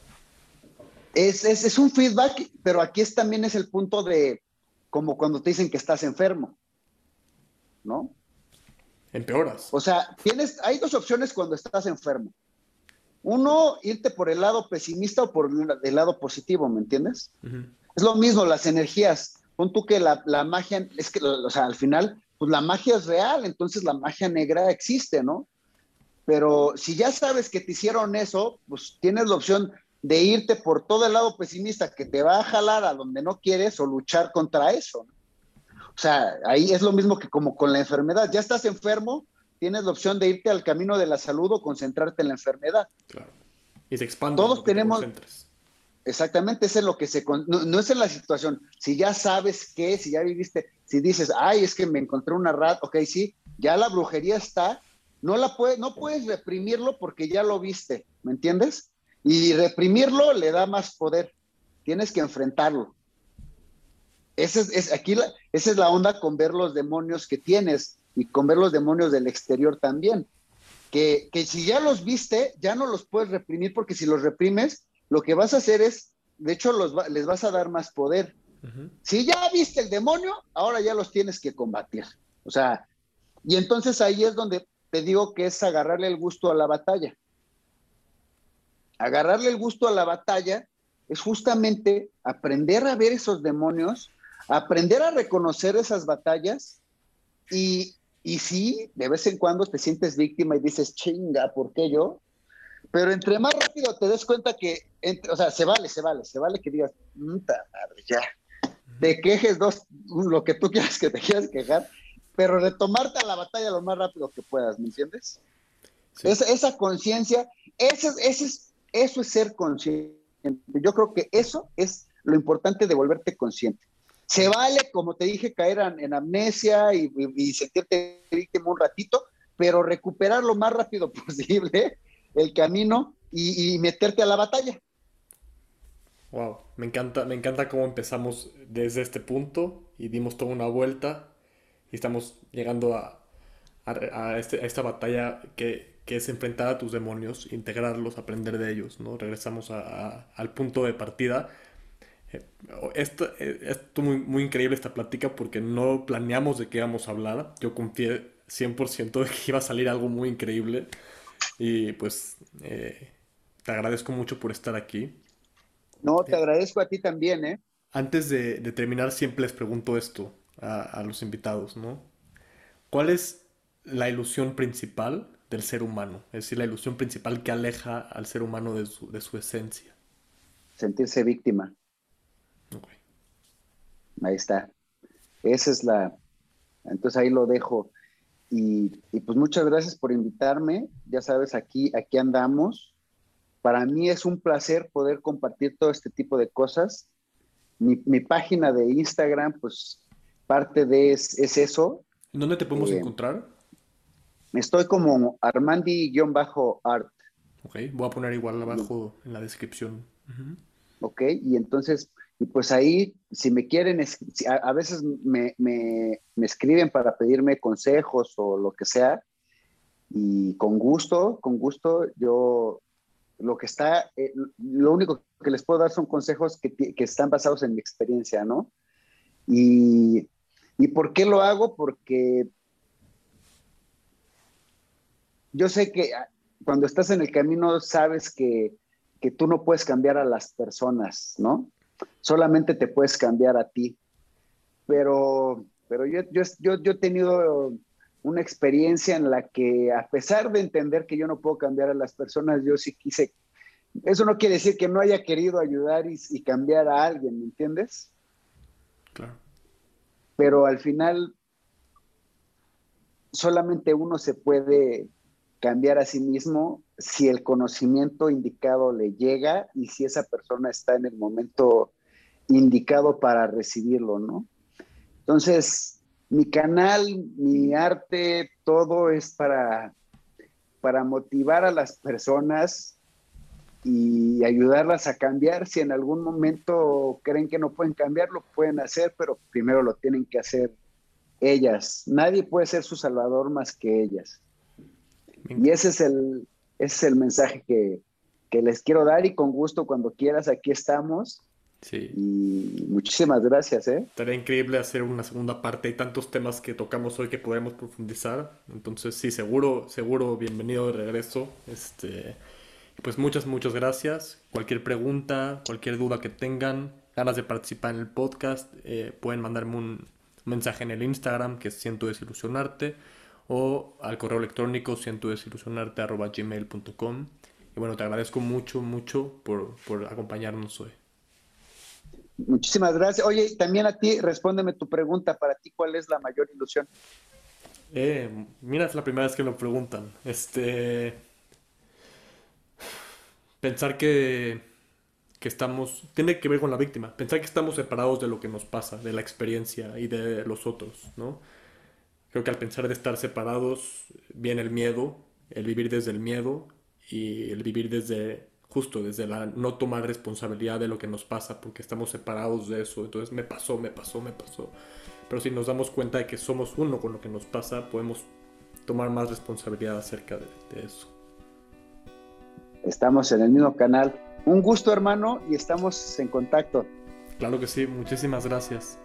Speaker 1: Es un feedback, pero aquí también es el punto de, como cuando te dicen que estás enfermo, ¿no?
Speaker 2: Empeoras.
Speaker 1: O sea, hay dos opciones cuando estás enfermo. Uno, irte por el lado pesimista o por el lado positivo, ¿me entiendes?
Speaker 2: Ujú.
Speaker 1: Es lo mismo, las energías. Pon tú que la magia, es que, o sea, al final, pues la magia es real, entonces la magia negra existe, ¿no? Pero si ya sabes que te hicieron eso, pues tienes la opción de irte por todo el lado pesimista que te va a jalar a donde no quieres o luchar contra eso, ¿no? O sea, ahí es lo mismo que como con la enfermedad. Ya estás enfermo, tienes la opción de irte al camino de la salud o concentrarte en la enfermedad.
Speaker 2: Claro. Y se expande en lo
Speaker 1: Todos
Speaker 2: que te
Speaker 1: tenemos,
Speaker 2: concentres.
Speaker 1: exactamente, es en lo que no es en la situación. Si ya sabes qué, si ya viviste, si dices, ay, es que me encontré una rata, ok, sí, ya la brujería está, no puedes reprimirlo porque ya lo viste, ¿me entiendes? Y reprimirlo le da más poder. Tienes que enfrentarlo. Esa es la onda con ver los demonios que tienes y con ver los demonios del exterior también. Que si ya los viste, ya no los puedes reprimir porque si los reprimes, lo que vas a hacer es, de hecho, les vas a dar más poder.
Speaker 2: Ujú.
Speaker 1: Si ya viste el demonio, ahora ya los tienes que combatir. O sea, y entonces ahí es donde te digo que es agarrarle el gusto a la batalla. Agarrarle el gusto a la batalla es justamente aprender a ver esos demonios, aprender a reconocer esas batallas y sí, de vez en cuando te sientes víctima y dices, chinga, ¿por qué yo? Pero entre más rápido te des cuenta que, o sea, se vale que digas, puta madre, ya, te quejes lo que tú quieras que te quieras quejar, pero retomarte a la batalla lo más rápido que puedas, ¿me entiendes?
Speaker 2: Sí.
Speaker 1: Esa conciencia, eso es ser consciente. Yo creo que eso es lo importante de volverte consciente. Se vale, como te dije, caer en amnesia y sentirte víctima un ratito, pero recuperar lo más rápido posible el camino y meterte a la batalla.
Speaker 2: Wow, me encanta cómo empezamos desde este punto y dimos toda una vuelta y estamos llegando a esta batalla que es enfrentar a tus demonios, integrarlos, aprender de ellos, ¿no? Regresamos al punto de partida. Esto muy, muy increíble esta plática porque no planeamos de qué íbamos a hablar. Yo confié 100% de que iba a salir algo muy increíble y pues te agradezco mucho por estar aquí.
Speaker 1: No, te
Speaker 2: Eh,
Speaker 1: agradezco a ti también, ¿eh?
Speaker 2: Antes de terminar, siempre les pregunto esto a los invitados, ¿no? ¿Cuál es la ilusión principal del ser humano? Es decir, la ilusión principal que aleja al ser humano de su esencia.
Speaker 1: Sentirse víctima.
Speaker 2: Ok.
Speaker 1: Ahí está. Esa es la. Entonces ahí lo dejo. Y pues muchas gracias por invitarme. Ya sabes, aquí andamos. Para mí es un placer poder compartir todo este tipo de cosas. Mi página de Instagram, pues parte de es eso.
Speaker 2: ¿Dónde te podemos
Speaker 1: Eh,
Speaker 2: encontrar?
Speaker 1: Estoy como Armandi-art.
Speaker 2: Ok, voy a poner igual abajo en la descripción. Ujú.
Speaker 1: ¿Ok? Y entonces, y pues ahí, si me quieren, a veces me escriben para pedirme consejos o lo que sea, y con gusto, yo lo único que les puedo dar son consejos que están basados en mi experiencia, ¿no? Y, ¿Y por qué lo hago? Porque yo sé que cuando estás en el camino sabes que tú no puedes cambiar a las personas, ¿no? Solamente te puedes cambiar a ti. Pero yo he tenido una experiencia en la que, a pesar de entender que yo no puedo cambiar a las personas, yo sí quise. Eso no quiere decir que no haya querido ayudar y cambiar a alguien, ¿me entiendes?
Speaker 2: Claro.
Speaker 1: Pero al final solamente uno se puede cambiar a sí mismo si el conocimiento indicado le llega y si esa persona está en el momento indicado para recibirlo, ¿no? Entonces, mi canal, mi arte, todo es para motivar a las personas y ayudarlas a cambiar. Si en algún momento creen que no pueden cambiar, lo pueden hacer, pero primero lo tienen que hacer ellas. Nadie puede ser su salvador más que ellas. Y
Speaker 2: Me
Speaker 1: ese es el mensaje que les quiero dar y con gusto cuando quieras, aquí estamos.
Speaker 2: Sí.
Speaker 1: Y muchísimas gracias, ¿eh?
Speaker 2: Estaría increíble hacer una segunda parte. Hay tantos temas que tocamos hoy que podemos profundizar. Entonces, sí, seguro, seguro, bienvenido de regreso. Pues muchas, muchas gracias. Cualquier pregunta, cualquier duda que tengan, ganas de participar en el podcast, pueden mandarme un mensaje en el Instagram, que es siento desilusionarte, o al correo electrónico sientodesilusionarte@gmail.com. Y bueno, te agradezco mucho, mucho por acompañarnos hoy.
Speaker 1: Muchísimas gracias. Oye, también a ti, respóndeme tu pregunta. Para ti, ¿cuál es la mayor ilusión?
Speaker 2: Mira, es la primera vez que me lo preguntan. Pensar que estamos, tiene que ver con la víctima, pensar que estamos separados de lo que nos pasa, de la experiencia y de los otros, ¿no? Creo que al pensar de estar separados viene el miedo, el vivir desde el miedo y el vivir desde, justo desde la no tomar responsabilidad de lo que nos pasa porque estamos separados de eso. Entonces me pasó, me pasó, me pasó. Pero si nos damos cuenta de que somos uno con lo que nos pasa, podemos tomar más responsabilidad acerca de eso.
Speaker 1: Estamos en el mismo canal. Un gusto, hermano, y estamos en contacto.
Speaker 2: Claro que sí, muchísimas gracias.